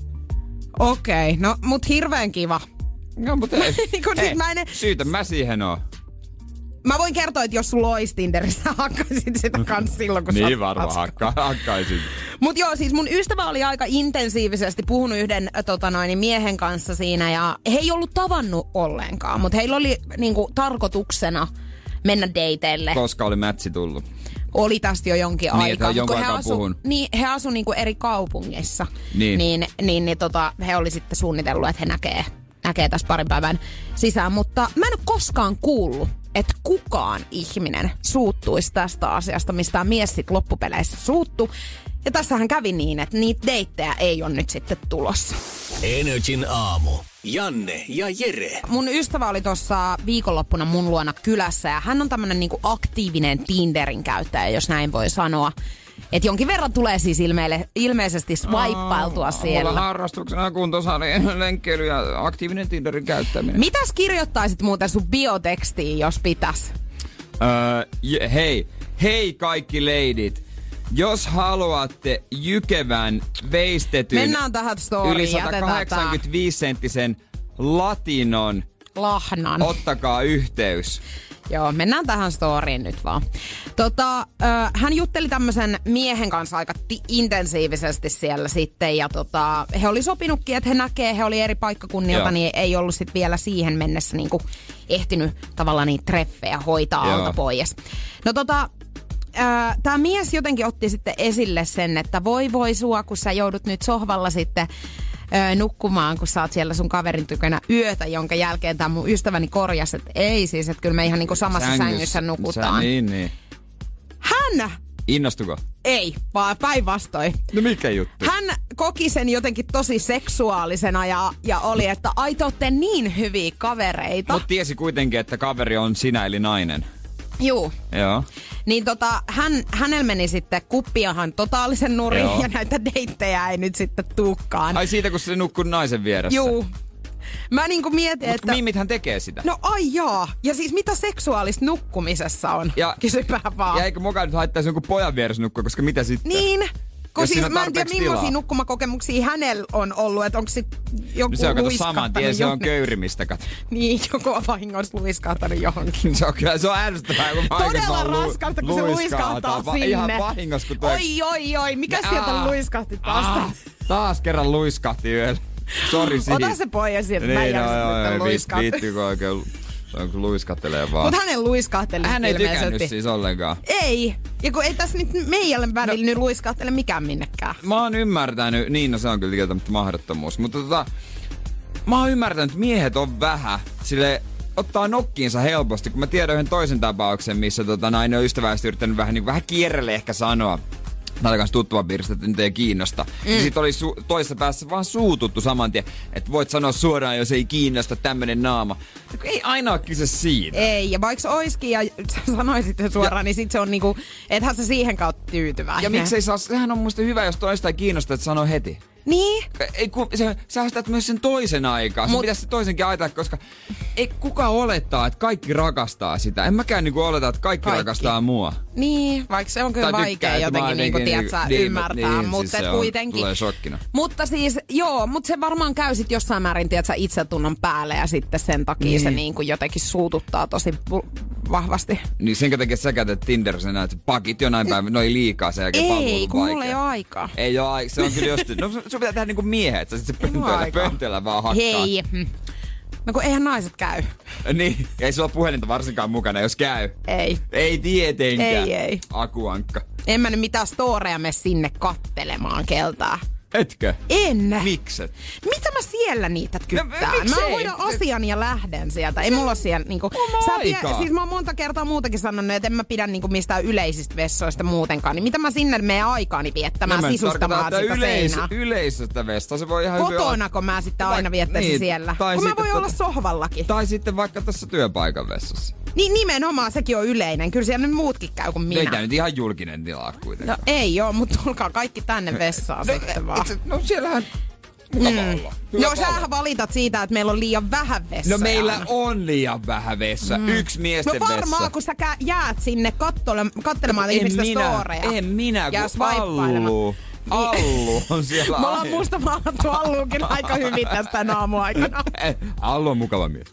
Okei, okay, no mut hirveän kiva. No mutta ei, hei, mä en... syytä mä siihen oon. Mä voin kertoa, että jos sulla olisi Tinderissä, hakkaisin sitä kans silloin, kun niin varmaan hakka, hakkaisin. Mut joo, siis mun ystävä oli aika intensiivisesti puhunut yhden tota noin, miehen kanssa siinä ja he ei ollut tavannut ollenkaan, mutta heillä oli niinku tarkoituksena mennä dateille. Koska oli mätsi tullut. Oli tästä jo jonkin niin, aikaa. Jonkun he aikaa asu, puhun. Niin, he asu niinku eri kaupungeissa. Niin. Niin, niin, niin tota, he oli sitten suunnitellut, että he näkee, näkee tässä parin päivän sisään. Mutta mä en ole koskaan kuullut, että kukaan ihminen suuttuisi tästä asiasta, mistä mies sit loppupeleissä suuttu. Ja tässähän kävi niin, että niitä deittejä ei ole nyt sitten tulossa. Energin aamu. Janne ja Jere. Mun ystävä oli tuossa viikonloppuna mun luona kylässä ja hän on tämmönen niinku aktiivinen Tinderin käyttäjä, jos näin voi sanoa. Et jonkin verran tulee siis ilmeille, ilmeisesti swipeailtua siellä. Mulla harrastuksena kuntosali, lenkkeily ja aktiivinen Tinderin käyttäminen. Mitäs kirjoittaisit muuten sun biotekstiin, jos pitäis? Öö, hei, hei kaikki leidit. Jos haluatte jykevän, veistetyn, mennään tähän storyin, yli sata kahdeksankymmentäviisi senttisen latinon, lahnan, ottakaa yhteys. Joo, mennään tähän storyin nyt vaan. Tota, äh, hän jutteli tämmöisen miehen kanssa aika ti- intensiivisesti siellä sitten. Ja tota, he oli sopinutkin, että he näkee, he oli eri paikkakunnilta, Joo. niin ei ollut sitten vielä siihen mennessä niinku ehtinyt tavallaan niitä treffejä hoitaa Joo. alta pois. No tota... Äh, Tämä mies jotenkin otti sitten esille sen, että voi voi sua, kun sä joudut nyt sohvalla sitten äh, nukkumaan, kun sä oot siellä sun kaverin tykönä yötä, jonka jälkeen tämä mun ystäväni korjasi, että ei siis, että kyllä me ihan niinku samassa Sängys, sängyssä nukutaan. Sä, niin, niin. Hän... Innostuko? Ei, vaan päinvastoin. No mikä juttu? Hän koki sen jotenkin tosi seksuaalisena ja, ja oli, että ai te ootte niin hyviä kavereita. Mut tiesi kuitenkin, että kaveri on sinä eli nainen. Juu. Joo. Niin tota, hän, hänellä meni sitten kuppiahan totaalisen nurin Joo. ja näitä deittejä ei nyt sitten tuukkaan. Ai siitä, kun se nukkuu naisen vieressä? Juu. Mä niinku mietin, Mut että... mimmithän tekee sitä. No ai jaa. Ja siis mitä seksuaalista nukkumisessa on? Ja, Kysypä vaan. Ja eikö mukaan nyt haittaisi jonkun pojan vieressä nukkua, koska mitä sitten? Niin. Kun siis mä en tiedä, millaisia nukkumakokemuksia hänellä on ollut, että onko sit joku se on kato luiskahtanut saman tien, se on köyrimistä kato. Niin, joku on vahingossa luiskahtanut johonkin. Se on kyllä, se on ärsyttävää, kun todella raskasta, kun se luiskahtaa sinne. Ihan vahingossa, kun toi... Oi, oi, oi, mikä ja, sieltä luiskahti taas? Taas kerran luiskahti yöllä. Sori siitä. Ota se pois sieltä, niin, mä en no, järjestä, että luiskahti. Viittikö oikein... Kun luiskattelee vaan. Mut hänen luiskahteli Hän ei tykännyt siis ollenkaan. Ei. Ja kun ei tässä nyt meidän välillä no, nyt luiskahtele mikään minnekään. Mä oon ymmärtänyt, niin no se on kyllä kieltämättä mahdottomuus, mutta tota, mä oon ymmärtänyt, että miehet on vähän sille ottaa nokkiinsa helposti, kun mä tiedän yhden toisen tapauksen, missä tota, nainen on ystävällisesti yrittänyt vähän, niin, vähän kierrelle ehkä sanoa. Näitä kanssa tuttavan piiristä, että nyt ei kiinnosta. Mm. Ja sit oli su- toisessa päässä vaan suututtu saman tien, että voit sanoa suoraan, jos ei kiinnosta tämmönen naama. Ei aina ole kyse siitä. Ei, ja vaikka oiskin ja sä sanoisit se suoraan, ja, niin sit se on niinku, ethän sä siihen kautta tyytyväinen. Ja miksei saa, sehän on musta hyvä, jos toista ei kiinnosta, että sanoo heti. Niin? Ei, kun, se, sä ostat myös sen toisen aikaa. Mut, se pitäisi toisenkin aitaa, koska ei kuka olettaa, että kaikki rakastaa sitä. En mäkään niinku oleta, että kaikki, kaikki rakastaa mua. Niin, vaikka se on kyllä tai vaikea tykkää, jotenkin niinku, tiedätkö, niin, ymmärtää, niin, mutta siis kuitenkin. Tulee shokkina. Mutta siis, joo, mutta se varmaan käy sit jossain määrin, tiedätkö, itsetunnon päälle ja sitten sen takia niin. se niinku jotenkin suututtaa tosi vahvasti. Niin sen takia sä käytät Tinderissä näet pakit jonain päivänä, no ei liikaa sen jälkeen palvelu Ei, kun mulla ei ole aikaa. Ei ole aikaa, se on kyllä just, no sun pitää tehdä niinku miehet, sä sit se pöntöllä, pöntöllä vaan hakkaa. Hei, no kun eihän naiset käy. Niin, ei sulla puhelinta varsinkaan mukana, jos käy. Ei. Ei tietenkään. Ei, ei. Akuankka. En mä nyt mitään storeja mene sinne kattelemaan keltää. Etkö? En. Mikset? Mitä mä siellä niitä kyttään? No, mä hoidan asian ja lähden sieltä. Ei mulla ole siellä niinku... Sä tie, siis mä oon monta kertaa muutakin sanonut, että en mä pidä niinku mistään yleisistä vessoista muutenkaan. Niin mitä mä sinne menen aikaani viettämään, no, sisustamaan sitä yleis- seinää? Yleisestä vesta. Se voi ihan Kotona, kun mä sitten aina viettäisin niin, siellä. Kun mä voin olla tota, sohvallakin. Tai sitten vaikka tässä työpaikan vessassa. Niin nimenomaan, sekin on yleinen. Kyllä siellä nyt muutkin käy kuin minä. Ei tää nyt ihan julkinen tila kuitenkaan. No ei oo, mutta tulkaa kaikki tänne vessaan no, sitten vaan. Itse, no siellähän mukava mm. olla. Hyvä no sähän valitat siitä, että meillä on liian vähän vessoja. No meillä on liian vähän vessa. Mm. Yksi miesten vessa. No varmaan, vessa. Kun sä jäät sinne kattole- kattelemaan no, ihmisten storeja. En minä, kun Allu. Allu on siellä. Me ollaan musta maalattu Alluukin aika hyvin tästä aamuaikana. Allu on mukava mies.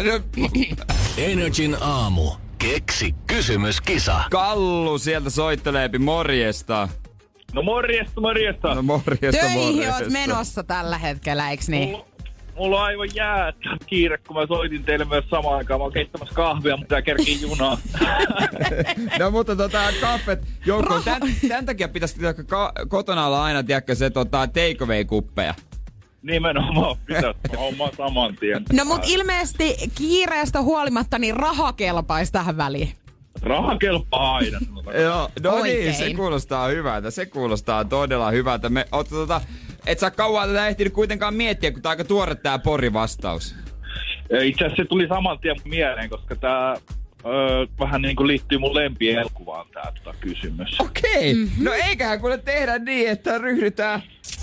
Energin aamu. Keksi kysymyskisa. Kallu sieltä soitteleepi, morjesta. No morjesta, morjesta. No morjesta, Töihin morjesta. oot menossa tällä hetkellä, eiks niin? Mulla, mulla on aivan jäätä kiire, kun mä soitin teille myös samaan aikaan. Mä oon keittämässä kahvia, mutta tää kerkii junaa. No mutta tota, kaffet joukkoon. Tän, tän takia pitäisi ka- kotona olla aina, tiedätkö, se tota, take away-kuppeja. Nimenomaan, pitäisi hommaa saman tien. No mut ilmeisesti kiireestä huolimatta niin raha kelpaisi tähän väliin. Raha kelpaa aina. Joo, no oikein. niin, se kuulostaa hyvältä. Se kuulostaa todella hyvältä. Me, oot, tota, et sä kauan tätä ehtinyt kuitenkaan miettiä, kun tää aika tuore tää Pori-vastaus. Itse asiassa se tuli saman tien mieleen, koska tää öö, vähän niin kuin liittyy mun lempielokuvaan tää tota kysymys. Okei, okay. mm-hmm. No eiköhän kuule tehdä niin, että ryhdytään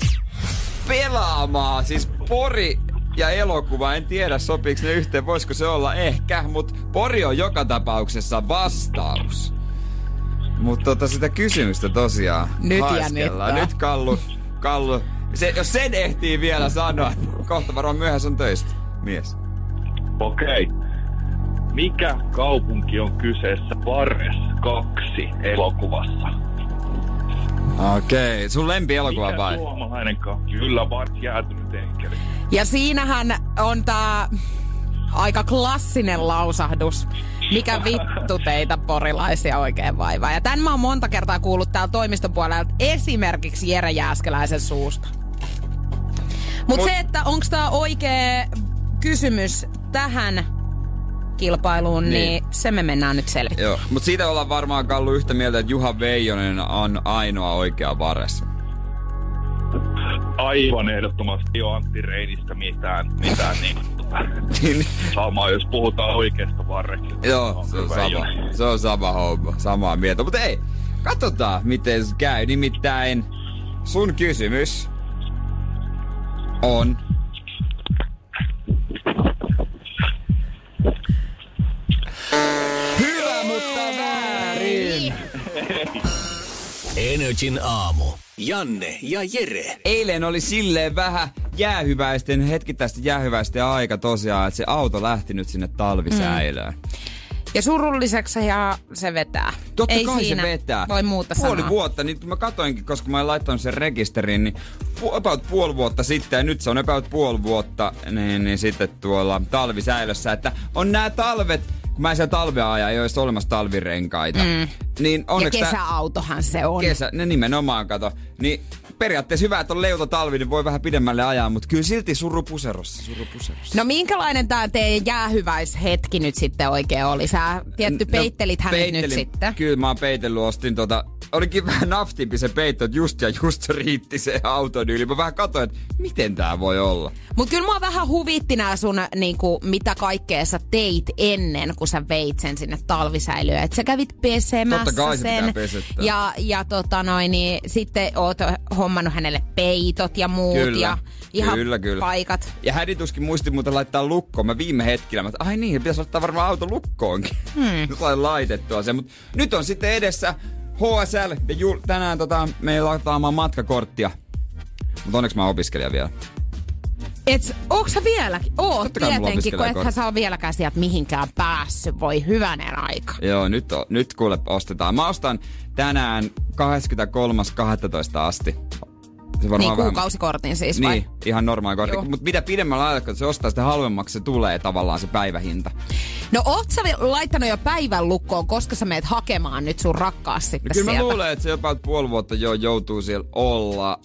pelaamaan. Siis Pori ja elokuva, en tiedä sopiiko ne yhteen, voisiko se olla ehkä, mutta Pori on joka tapauksessa vastaus. Mutta tota sitä kysymystä tosiaan nyt haiskellaan. Nyt Kallu, Kallu, se, jos sen ehtii vielä sanoa, kohta varmaan myöhässä on töistä, mies. Okei. Okay. Mikä kaupunki on kyseessä Vares kaksi elokuvassa? Okei, okay. Sun lempielokuva mikä vai? Mikä suomalainen kaupunki? Kyllä, Vares jäätynyt enkeli. Ja siinähän on tää aika klassinen lausahdus. Mikä vittu teitä porilaisia oikein vaivaa. Ja tän mä oon monta kertaa kuullut täällä toimiston puolella esimerkiksi Jere Jääskeläisen suusta. Mut, Mut se, että onks tää oikea kysymys tähän kilpailuun, niin, niin se me mennään nyt selvittämään. Joo, mut siitä ollaan varmaan Kallu yhtä mieltä, että Juha Veijonen on ainoa oikea Vares. Aivan ehdottomasti jo Antti Reinistä mitään, mitään niin samaa, jos puhutaan oikeasta Vareksesta. Joo, se on sama, se on sama homma, samaa mieltä. Mutta ei, katsotaan miten se käy. Nimittäin sun kysymys on... Hyvä, mutta väärin! Energin aamu. Janne ja Jere. Eilen oli silleen vähän jäähyväisten, hetkittäisten jäähyväisten aika tosiaan, että se auto lähti nyt sinne talvisäilöön. Mm. Ja surulliseksi ja se vetää. Totta ei kai siinä se vetää. Voi muuta Puoli sanoa. vuotta, niin mä katoinkin, koska mä en laittanut sen rekisteriin, niin about puoli vuotta sitten, ja nyt se on about puoli vuotta, niin, niin sitten tuolla talvisäilössä, että on nämä talvet, kun mä en siellä talvea aja, ei olisi olemassa talvirenkaita. Mm. Niin ja kesäautohan se on. Kesä, ne nimenomaan kato. Niin periaatteessa hyvä, että on leuto talvi, niin voi vähän pidemmälle ajaa, mutta kyllä silti surupuserossa, surupuserossa. No minkälainen tää teidän jäähyväishetki nyt sitten oikein oli? Sä tietty peittelit no, hänet nyt sitten. Kyllä mä oon peitellyt, ostin tota, olikin vähän naftimpi se peitto, että just ja just riitti se auton yli. Mä vähän katsoin, että miten tää voi olla. Mut kyllä mua vähän huvitti nää sun, niinku, mitä kaikkea sä teit ennen, kun sä veit sen sinne talvisäilyyn. Et sä kävit pesemässä Totta kai se sen. Ja, ja tota noin, niin sitten oot hommannut hänelle peitot ja muut kyllä, ja ihan kyllä, kyllä. paikat. Ja hädituskin muisti muuten laittaa lukkoon. Mä viime hetkellä, mä että ai niin, pitäisi ottaa varmaan auto lukkoonkin. Hmm. Sain laitettua sen, mutta nyt on sitten edessä H S L ja jul- tänään tota, meillä lataamaan matkakorttia. Mutta onneksi mä oon opiskelija vielä. Et, ootko sä vieläkin? Oot tietenkin, kun ethän sä oo vieläkään sieltä mihinkään päässyt. Voi hyvänen aika. Joo, nyt, on, nyt kuule ostetaan. Mä ostan tänään kahdeskymmeneskolmas kahdestoista asti. Se niin kuukausikortin vähän... siis vai? Niin, ihan normaali kortti. Mutta mitä pidemmällä ajalla, kun se ostaa, sitä halvemmaksi se tulee tavallaan se päivähinta. No oot sä laittanut jo päivän lukkoon, koska sä meet hakemaan nyt sun rakkaas sitten no, kyllä sieltä? Kyllä mä luulen, että se jopa puoli vuotta jo joutuu siellä olla.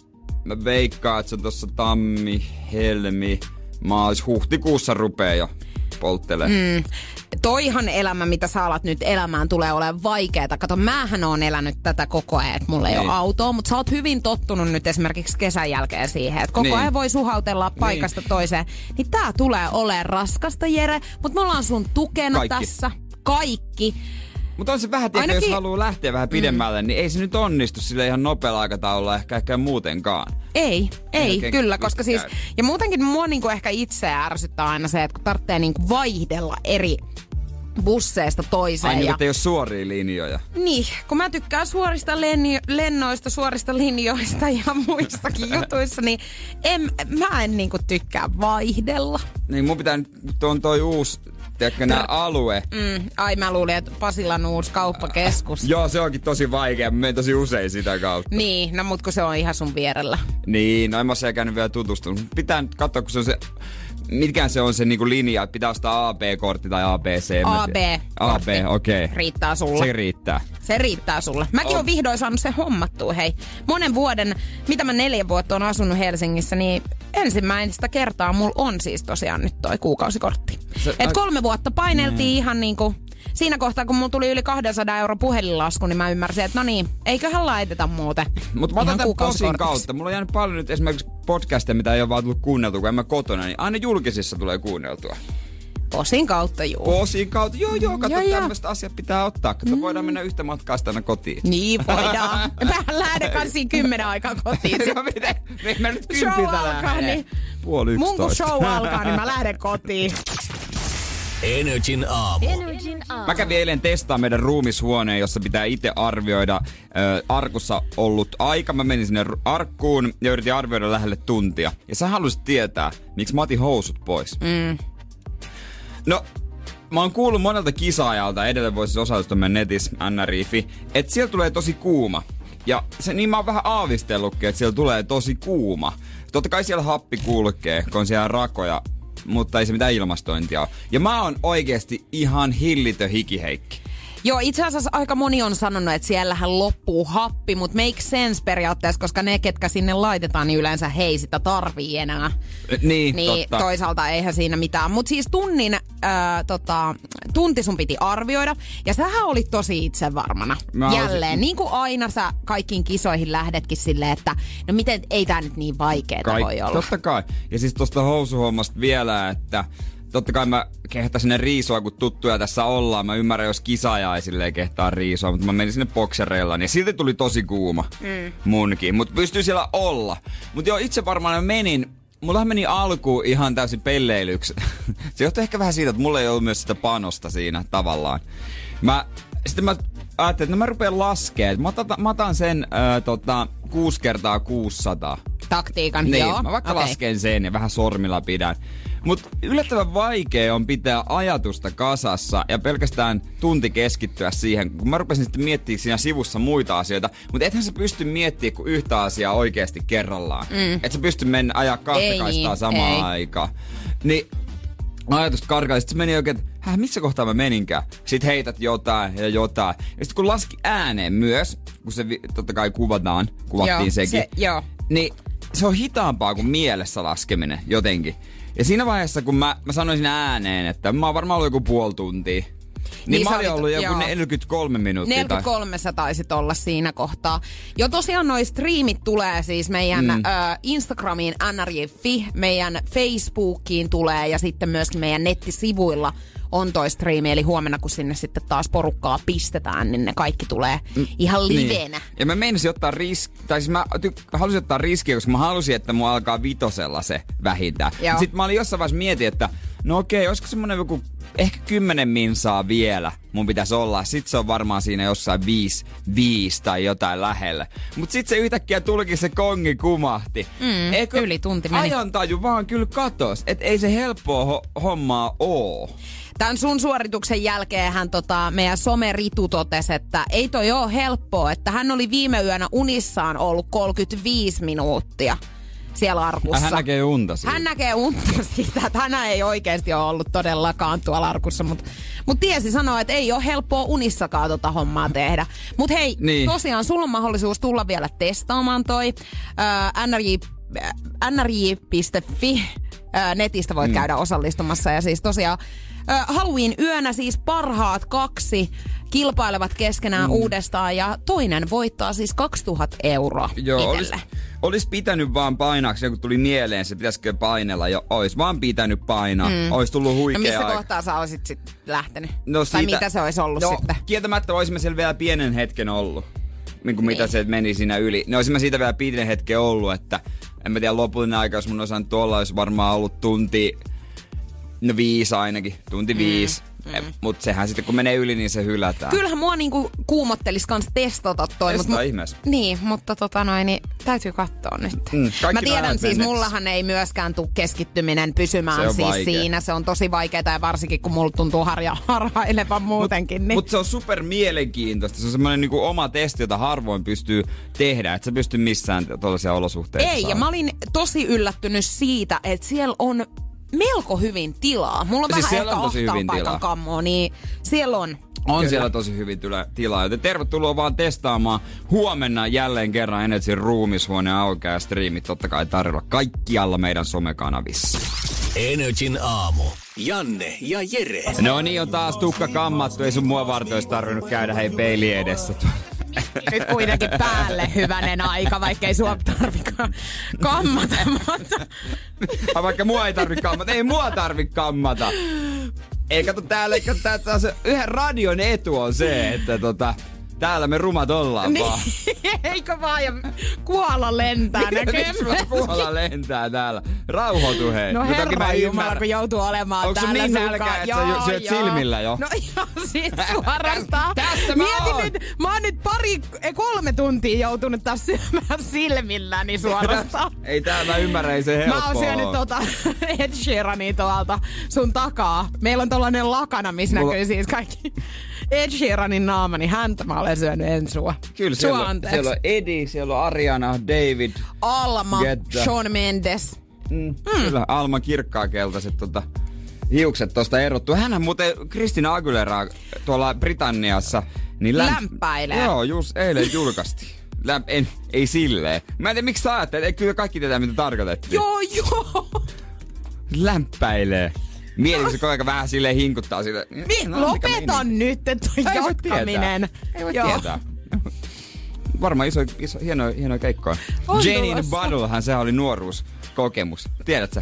mä veikkaan, että se on tossa tammi, helmi, maalis, huhtikuussa rupeaa jo polttelee. Mm. Toihan elämä, mitä sä alat nyt elämään, tulee olemaan vaikeeta. Kato, mähän oon elänyt tätä koko ajan, että mulla ei niin. ole autoa, mutta sä oot hyvin tottunut nyt esimerkiksi kesän jälkeen siihen, että koko niin. ajan voi suhautella paikasta niin. toiseen. Niin tää tulee olemaan raskasta, Jere, mutta me ollaan sun tukena Kaikki. tässä. Kaikki. Mutta on se vähän, tiedä, Ainakin... jos haluaa lähteä vähän pidemmälle, mm. niin ei se nyt onnistu sille ihan nopealla aikataululla ehkä, ehkä muutenkaan. Ei, ei, ei kyllä, koska siis, ja muutenkin mua niinku ehkä itse ärsyttää aina se, että kun tarvitsee niinku vaihdella eri busseista toiseen. Ai niin, ja... että ei ole suoria linjoja. Niin, kun mä tykkään suorista lenni- lennoista, suorista linjoista ja muistakin jutuissa, niin en, mä en niinku tykkää vaihdella. Niin, mun pitää nyt, on toi uusi, tiedätkö, nää alue. Mm, ai mä luulin, että Pasilan uusi kauppakeskus. Äh, joo, se onkin tosi vaikea, mä menen tosi usein sitä kautta. Niin, no mut kun se on ihan sun vierellä. Niin, no en mä ole käynyt vielä tutustunut. Pitää nyt katsoa, kun se on se... Mitkään se on se niinku linja, että pitää ostaa A B-kortti tai A B C? A B. A B, okei. Okay. Riittää sulle. Se riittää. Se riittää sulle. Mäkin oon vihdoin saanut sen hommattua, hei. Monen vuoden, mitä mä neljä vuotta oon asunut Helsingissä, niin ensimmäistä kertaa mulla on siis tosiaan nyt toi kuukausikortti. Se, Et kolme vuotta paineltiin mm. ihan niinku... Siinä kohtaa, kun mulla tuli yli kaksisataa euro puhelinlasku, niin mä ymmärsin, että no niin, eiköhän laiteta muuten. Mutta mä otan tämän Posin kautta. Mulla on jäänyt paljon nyt esimerkiksi podcasteja, mitä ei ole vaan tullut kuunneltua, kun en mä kotona, niin aina julkisissa tulee kuunneltua. Posin kautta, juu. Posin kautta, joo joo, kato, tämmöistä asiat pitaa ottaa. Kato, mm. voidaan mennä yhtä matkaa tänne kotiin. Niin voidaan. Mä lähden kanssa kymmenen aikaa kotiin. Mä nyt kympiltä lähden. Niin puoli yksitoista. Mun kun show alkaa, niin mä lähden kotiin. Energin aamu. Energin aamu. Mä kävin eilen testaa meidän ruumishuoneen, jossa pitää itse arvioida äh, arkussa ollut aika. Mä menin sinne arkkuun ja yritin arvioida lähelle tuntia. Ja sä halusit tietää, miksi mä otin housut pois. Mm. No, mä oon kuullut monelta kisaajalta, edelleen voisi osallistua meidän netissä, N R I F I, että siellä tulee tosi kuuma. Ja se, niin mä oon vähän aavistellutkin, että siellä tulee tosi kuuma. Totta kai siellä happi kulkee, kun on siellä rakoja, mutta ei se mitään ilmastointia ole. Ja mä oon oikeesti ihan hillitön hikiheikki. Joo, itse asiassa aika moni on sanonut, että siellähän loppuu happi, mutta make sense periaatteessa, koska ne, ketkä sinne laitetaan, niin yleensä hei sitä tarvii enää. Niin, niin totta. Toisaalta eihän siinä mitään. Mutta siis tunnin, ää, tota, tunti sun piti arvioida, ja sähän olit tosi itsevarmana. Mä Jälleen, olisin... niin kuin aina sä kaikkiin kisoihin lähdetkin silleen, että no miten, ei tää nyt niin vaikeeta Kaik- voi olla. Totta kai. Ja siis tosta housuhommasta vielä, että... Totta kai mä kehtasin ne riisua, kun tuttuja tässä ollaan. Mä ymmärrän, jos kisaaja ei silleen kehtaa riisua, mutta mä menin sinne boksereilla, niin silti tuli tosi kuuma mm. munkin. Mutta pystyy siellä olla. Mutta joo, itse varmaan mä menin, mullahan meni alkuun ihan täysin pelleilyksi. Se johtui ehkä vähän siitä, että mulla ei ollut myös sitä panosta siinä tavallaan. Mä, sitten mä ajattelin, että no mä rupean laskemaan. Mä, otan, mä otan sen äh, tota, kuusi kertaa kuusisataa. Taktiikan, niin, joo. Mä vaikka okay. lasken sen ja vähän sormilla pidän. Mutta yllättävän vaikea on pitää ajatusta kasassa ja pelkästään tunti keskittyä siihen, kun mä rupesin sitten miettimään siinä sivussa muita asioita, mutta ethän sä pysty miettimään kuin yhtä asiaa oikeasti kerrallaan. Mm. Et sä pysty mennä ajaa kahta ei, kaistaa samaan ei. aikaan. Niin ajatusta karkaa, sit se meni oikein, että häh, missä kohtaa mä meninkään? Sit heität jotain ja jotain. Ja sit kun laski ääneen myös, kun se totta kai kuvataan, kuvattiin joo, sekin, se, joo. niin se on hitaampaa kuin mielessä laskeminen jotenkin. Ja siinä vaiheessa, kun mä, mä sanoisin ääneen, että mä oon varmaan ollut joku puoli tuntia, niin, niin mä olin ollut joku joo. neljäkymmentäkolme minuuttia. neljäkymmentäkolme tai... sä taisit olla siinä kohtaa. Jo tosiaan noi striimit tulee siis meidän mm. ö, Instagramiin N R J F I, meidän Facebookiin tulee ja sitten myöskin meidän nettisivuilla on toi striimi. Eli huomenna, kun sinne sitten taas porukkaa pistetään, niin ne kaikki tulee mm. ihan livenä. Niin. Ja mä meinasin ottaa riski, tai siis mä ty- halusin ottaa riskiä, koska mä halusin, että mua alkaa vitosella se vähintään. Sitten mä olin jossain vaiheessa mietin, että no okei, olisiko semmonen joku ehkä kymmenen minsaa vielä mun pitäisi olla. Sitten se on varmaan siinä jossain viisi, viisi tai jotain lähellä. Mut sit se yhtäkkiä tulikin se kongi kumahti. Mm, Eikö yli tunti meni. Ajantaju vaan kyllä katos, että ei se helppoa ho- hommaa oo. Tämän sun suorituksen jälkeen hän tota, meidän someritu totesi, että ei toi oo helppoa, että hän oli viime yönä unissaan ollut kolmekymmentäviisi minuuttia. siellä arkussa. Hän näkee unta siitä. Hän näkee unta siitä, että hän ei oikeasti ole ollut todellakaan tuolla arkussa, mutta mut tiesi sanoa, että ei ole helppoa unissakaan tota hommaa tehdä. Mutta hei, niin. Tosiaan sulla on mahdollisuus tulla vielä testaamaan toi äh, N R J, äh, N R J piste fi äh, netistä voit mm. käydä osallistumassa ja siis tosiaan äh, Halloween yönä siis parhaat kaksi kilpailevat keskenään mm. uudestaan ja toinen voittaa siis kaksituhatta euroa Joo, olisi olis pitänyt vaan painaa, kun tuli mieleen, se pitäisikö painella jo, ois vaan pitänyt painaa, mm. ois tullut huikea. No missä aika. kohtaa sä olisit sit lähtenyt? No tai siitä, mitä se olisi ollut no, sitten? Kieltämättä olisimme siellä vielä pienen hetken ollut, niin kuin mitä se meni siinä yli. No olisimme siitä vielä pienen hetken ollut, että en mä tiedä lopullinen aika, jos mun osannut olla, olisi varmaan ollut tunti, no viisi ainakin, tunti mm. viisi. Mm. Mutta sehän sitten kun menee yli, niin se hylätään. Kyllähän mua niinku kuumottelis kans testata toi. Testaa mut, ihmeessä. Niin, mutta tota noin, niin täytyy katsoa nyt. Mm, mä tiedän siis, mennessä. Mullahan ei myöskään tule keskittyminen pysymään siis vaikea. Siinä. Se on tosi vaikeaa ja varsinkin kun mulla tuntuu harja, harhailevan muutenkin. Mutta niin. mut se on super mielenkiintoista. Se on semmoinen niinku oma testi, jota harvoin pystyy tehdä. Et sä pysty missään tuollaisia olosuhteita Ei, saa. Ja mä olin tosi yllättynyt siitä, että siellä on melko hyvin tilaa. Mulla on siis vähän ehkä ahtaan paikan kammoa, niin siellä on. On Kyllä. siellä tosi hyvin tilaa, joten tervetuloa vaan testaamaan. Huomenna jälleen kerran Energyn ruumishuone aukeaa ja striimit totta kai tarjolla kaikkialla meidän somekanavissa. Energin aamu. Janne ja Jere. No niin, on taas tukka kammattu. Ei sun mua varten olisi tarvinnut käydä hei peili edessä. Nyt kuitenkin päälle hyvänen aika, vaikka ei sua tarvikaan kammata. Mutta... vaikka mua ei tarvi kammata. Ei mua tarvi kammata. Ei kato täällä, kato täällä se yhden radion etu on se, että tota... Täällä me rumat ollaan niin, vaan. Eikö vaan ja kuolla lentää näkemään. Kuolla lentää täällä. Rauhoitu hei. No herra jumala, kun joutuu olemaan Onko täällä. Onko sun niin nälkää, että sä syöt joo. silmillä jo? No ihan siis suorastaan. Tässä mä Mietin oon. nyt, mä oon nyt pari, kolme tuntia joutunut taas syömään silmilläni suorastaan. Ei tää, mä ymmärrän, ei se helppoa. Mä oon syönyt tota Ed Sheerania tuolta sun takaa. Meillä on tollanen lakana, missä Mulla... näkyy siis kaikki Ed Sheeranin naama, niin häntä mä olen syönyt en sua. Kyllä, sua siellä, on, siellä on Eddie, siellä on Ariana, David. Alma, Getta. Shawn Mendes. Mm, mm. Kyllä, Alma kirkkaakeltaiset tota, hiukset tosta erottu. Hänhän muuten Christina Aguilera tuolla Britanniassa. Niin lämp- lämpäilee. Joo, just eilen julkaistiin. Lämp- en, ei silleen. Mä en tiedä, miksi sä ajattelet, ei kyllä kaikki tietää, mitä tarkoitettiin. Joo, joo. Lämpäilee. Mietin, se koko aika vähän silleen hinkuttaa sitä. Mi- no, lopeta nyt, että toi ei jatkaminen. Ei voi Joo. tietää. Varmaan iso, iso hieno, hieno keikkoa. Jenny in Bottlehan se oli nuoruuskokemus. Tiedätkö?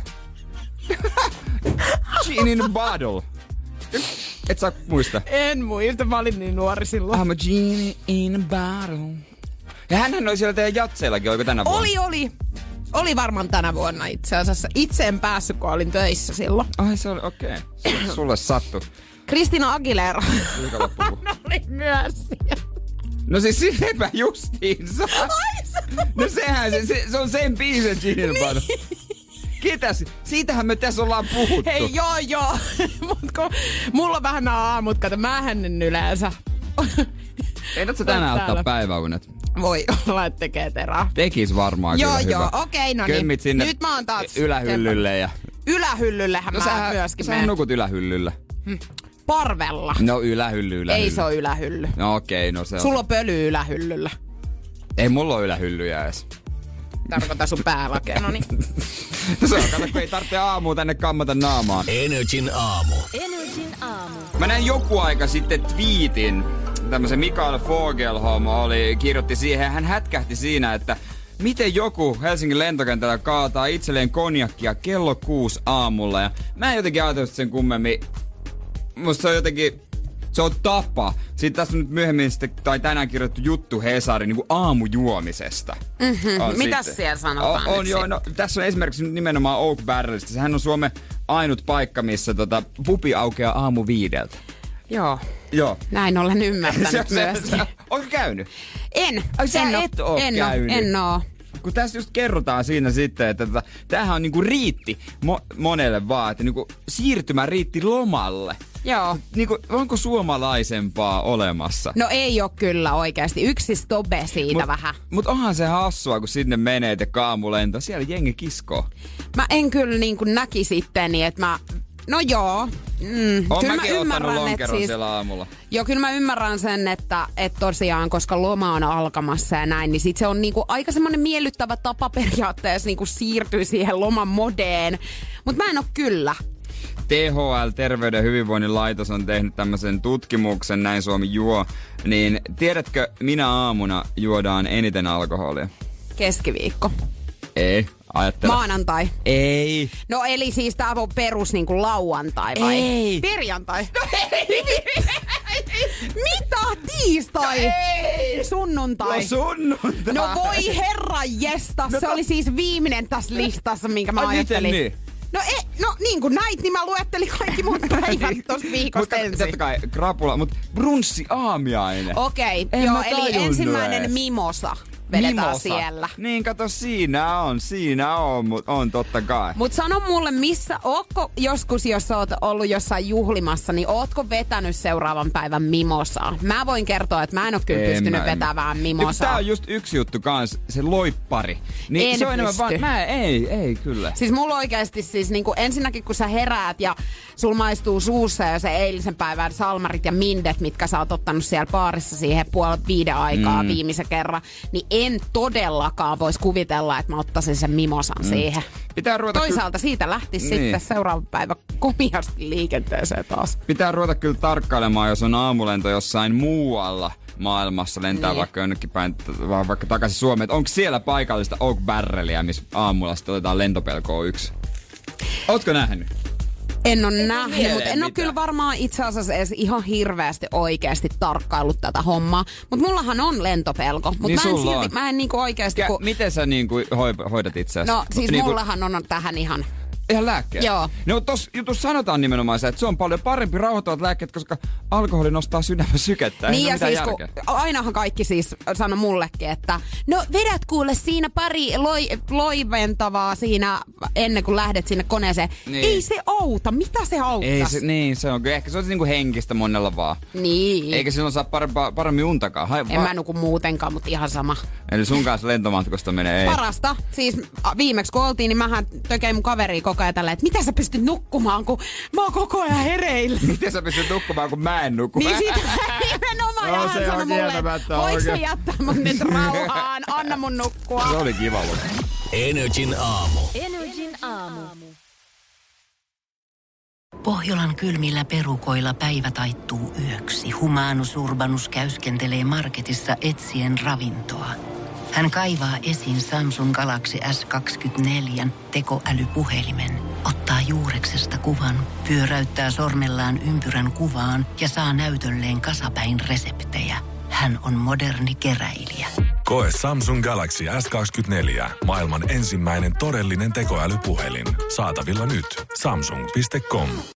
Jenny in Bottle. Et sä muista? En muista, mä olin niin nuori silloin. I'm a genie in a bottle. Ja hänhän oli siellä teidän jatseillakin, oliko tänä vuonna? Oli, oli. Oli varmaan tänä vuonna itse asiassa. Itse en päässyt, kun olin töissä silloin. Ai se oli, okei. Okay. Sulle sattu. Christina Aguilera. Hän oli myös siellä. No siis sepä justiinsa. No sehän se, se, se on sen biisen Ginin Bottle. Ketäs? Siitähän me tässä ollaan puhuttu. Hei joo joo. Mut kun mulla on vähän nää aamut, kato mä hänen yleensä. Eidät sä tänään ottaa päiväunet? Voi olla, että tekee terää. Tekis varmaan joo, kyllä joo, hyvä. Joo, okei, no Kömmit niin. Sinne nyt mä oon taas... Ylähyllylle ja... Ylähyllyllehän no, mä sähän, myöskin sähän nukut ylähyllyllä. Hm. Parvella. No ylähylly, ylähylly. Ei se oo ylähylly. No okei, okay, no se on... Sulla on pöly ylähyllyllä. Ei mulla oo ylähyllyjä edes. Tarkoitan sun päälakeenoni. Se on, kato, kun ei tarvitse aamua tänne kammata naamaan. Energin aamu. Energin aamu. Mä näin joku aika sitten twiitin. Tämmösen Mikael Fogelholm oli, kirjoitti siihen, hän hätkähti siinä, että miten joku Helsingin lentokentällä kaataa itselleen konjakkia kello kuusi aamulla. Ja mä en jotenkin ajatellut sen kummemmin. Musta se on jotenkin, se on tapa. Sitten tässä on nyt myöhemmin sitten, tai tänään kirjoittu juttu Hesarin niin kuin aamujuomisesta. Mm-hmm. Mitäs siellä sanotaan on, on, joo, no, tässä on esimerkiksi nimenomaan Oak Barrelista. Sehän on Suomen ainut paikka, missä tota, pubi aukeaa aamu viideltä. Joo. Joo. Näin olen ymmärtänyt myös. Ootko käynyt? En. Ai sä en et oo en käynyt? En oo. Kun tässä just kerrotaan siinä sitten, että tämähän on niinku riitti mo- monelle vaan, että niinku siirtymä riitti lomalle. Joo. Niinku, onko suomalaisempaa olemassa? No ei ole kyllä oikeasti. Yksi stobe siitä mut, vähän. Mut onhan se hassua, kun sinne menee ja kaamulento. Siellä jengi kiskoo. Mä en kyllä niin kuin näkisi itteni, että mä... No joo. Mm. Oon kyllä mäkin mä ottanut ymmärrän, lonkeron siis, siellä aamulla. Joo, kyllä mä ymmärrän sen, että, että tosiaan, koska loma on alkamassa ja näin, niin sit se on niinku aika semmoinen miellyttävä tapa periaatteessa niinku siirtyä siihen loman modeen. Mut mä en oo kyllä. T H L, Terveyden ja hyvinvoinnin laitos, on tehnyt tämmöisen tutkimuksen, näin Suomi juo. Niin tiedätkö, minä aamuna juodaan eniten alkoholia? Keskiviikko. Ei, ajattele. Maanantai. Ei. No eli siis tää on perus niinku lauantai vai? Ei. Perjantai. No ei. Mitä? Tiistai? No ei. Sunnuntai. No sunnuntai. No voi herra jesta. No se to... oli siis viimeinen tässä listassa, minkä mä Ai, ajattelin. miten niin? No, e, no niin kuin näit, niin mä luettelin kaikki mun päivät tosta viikosta ensin. Totta kai krapula, mutta brunssi aamiainen. Okei, En joo, mä eli tajunnut ensimmäinen ees. mimosa vedetään Mimosa. siellä. Niin kato, siinä on, siinä on, mut on totta kai. Mut sano mulle, missä, ootko joskus, jos oot ollut jossain juhlimassa, niin ootko vetänyt seuraavan päivän mimosaa? Mä voin kertoa, että mä en oo kyllä En pystynyt mä- vetämään Ja kun mimosaa. tää on just yksi juttu kans, se loippari. Niin En se on enemmän pysty. vaan, mä ei, ei kyllä. Siis mulla oikeesti siis niinku ensinnäkin kun sä heräät ja sul maistuu suussa jo se eilisen päivän salmarit ja mindet, mitkä sä oot ottanut siellä baarissa siihen puolet viiden aikaa mm. viimeisen kerran, niin en todellakaan vois kuvitella, että mä ottaisin sen mimosan mm. siihen. Pitää ruveta Toisaalta siitä lähti Niin. sitten seuraava päivä komiasti liikenteeseen taas. Pitää ruveta kyllä tarkkailemaan, jos on aamulento jossain muualla maailmassa, lentää Niin. vaikka jonnekin päin, vaan vaikka takaisin Suomeen. Onko siellä paikallista Oak Barrelia, missä aamulla sitten otetaan lentopelkoa yksi? Ootko nähnyt? En ole nähnyt, mieleen mutta en ole mitään. kyllä varmaan itse asiassa edes ihan hirveästi oikeasti tarkkaillut tätä hommaa. Mutta mullahan on lentopelko, mutta Niin mä en sulla silti, on. mä en niinku oikeasti... Ja Kun, miten sä niinku hoi- hoidat itseäsi? no siis Niinku- mullahan on tähän ihan... Ihan lääkkeet? Joo. No tossa jutussa sanotaan nimenomaan se, että se on paljon parempi rauhoittavat lääkkeet, koska alkoholi nostaa sydämen sykettä. Ei Niin ole ja mitään siis kun, järkeä. ainahan kaikki siis sano mullekin, että no vedät kuule siinä pari loi, loiventavaa siinä ennen kuin lähdet sinne koneeseen. Niin. Ei se auta, mitä se auttaa? Ei se, niin se on kyllä. Ehkä se on niinku henkistä monella vaan. Niin. Eikä silloin saa parempaa, paremmin untakaan. Hai, En mä nuku muutenkaan, mutta ihan sama. Eli sun kanssa lentomatkosta menee ei. Parasta. Siis a, viimeksi kun oltiin, niin mähän tökein mun kaveria koko ajan tällä, että mitä sä pystyt nukkumaan, kun mä oon koko ajan hereillä. Miten sä pystyt nukkumaan, kun mä en nuku? Niin siitä nimenomaan, No, ja hän se on sanoi mulle, kieltämättä voiko sä oikein. jättää mun nyt rauhaan, anna mun nukkua. Se oli kiva luku. Energin aamu. Energin aamu. Pohjolan kylmillä perukoilla päivä taittuu yöksi. Humanus Urbanus käyskentelee marketissa etsien ravintoa. Hän kaivaa esiin Samsung Galaxy S kaksikymmentäneljä tekoälypuhelimen, ottaa juureksesta kuvan, pyöräyttää sormellaan ympyrän kuvaan ja saa näytölleen kasapäin reseptejä. Hän on moderni keräilijä. Koe Samsung Galaxy S kaksikymmentäneljä. Maailman ensimmäinen todellinen tekoälypuhelin. Saatavilla nyt. Samsung piste com.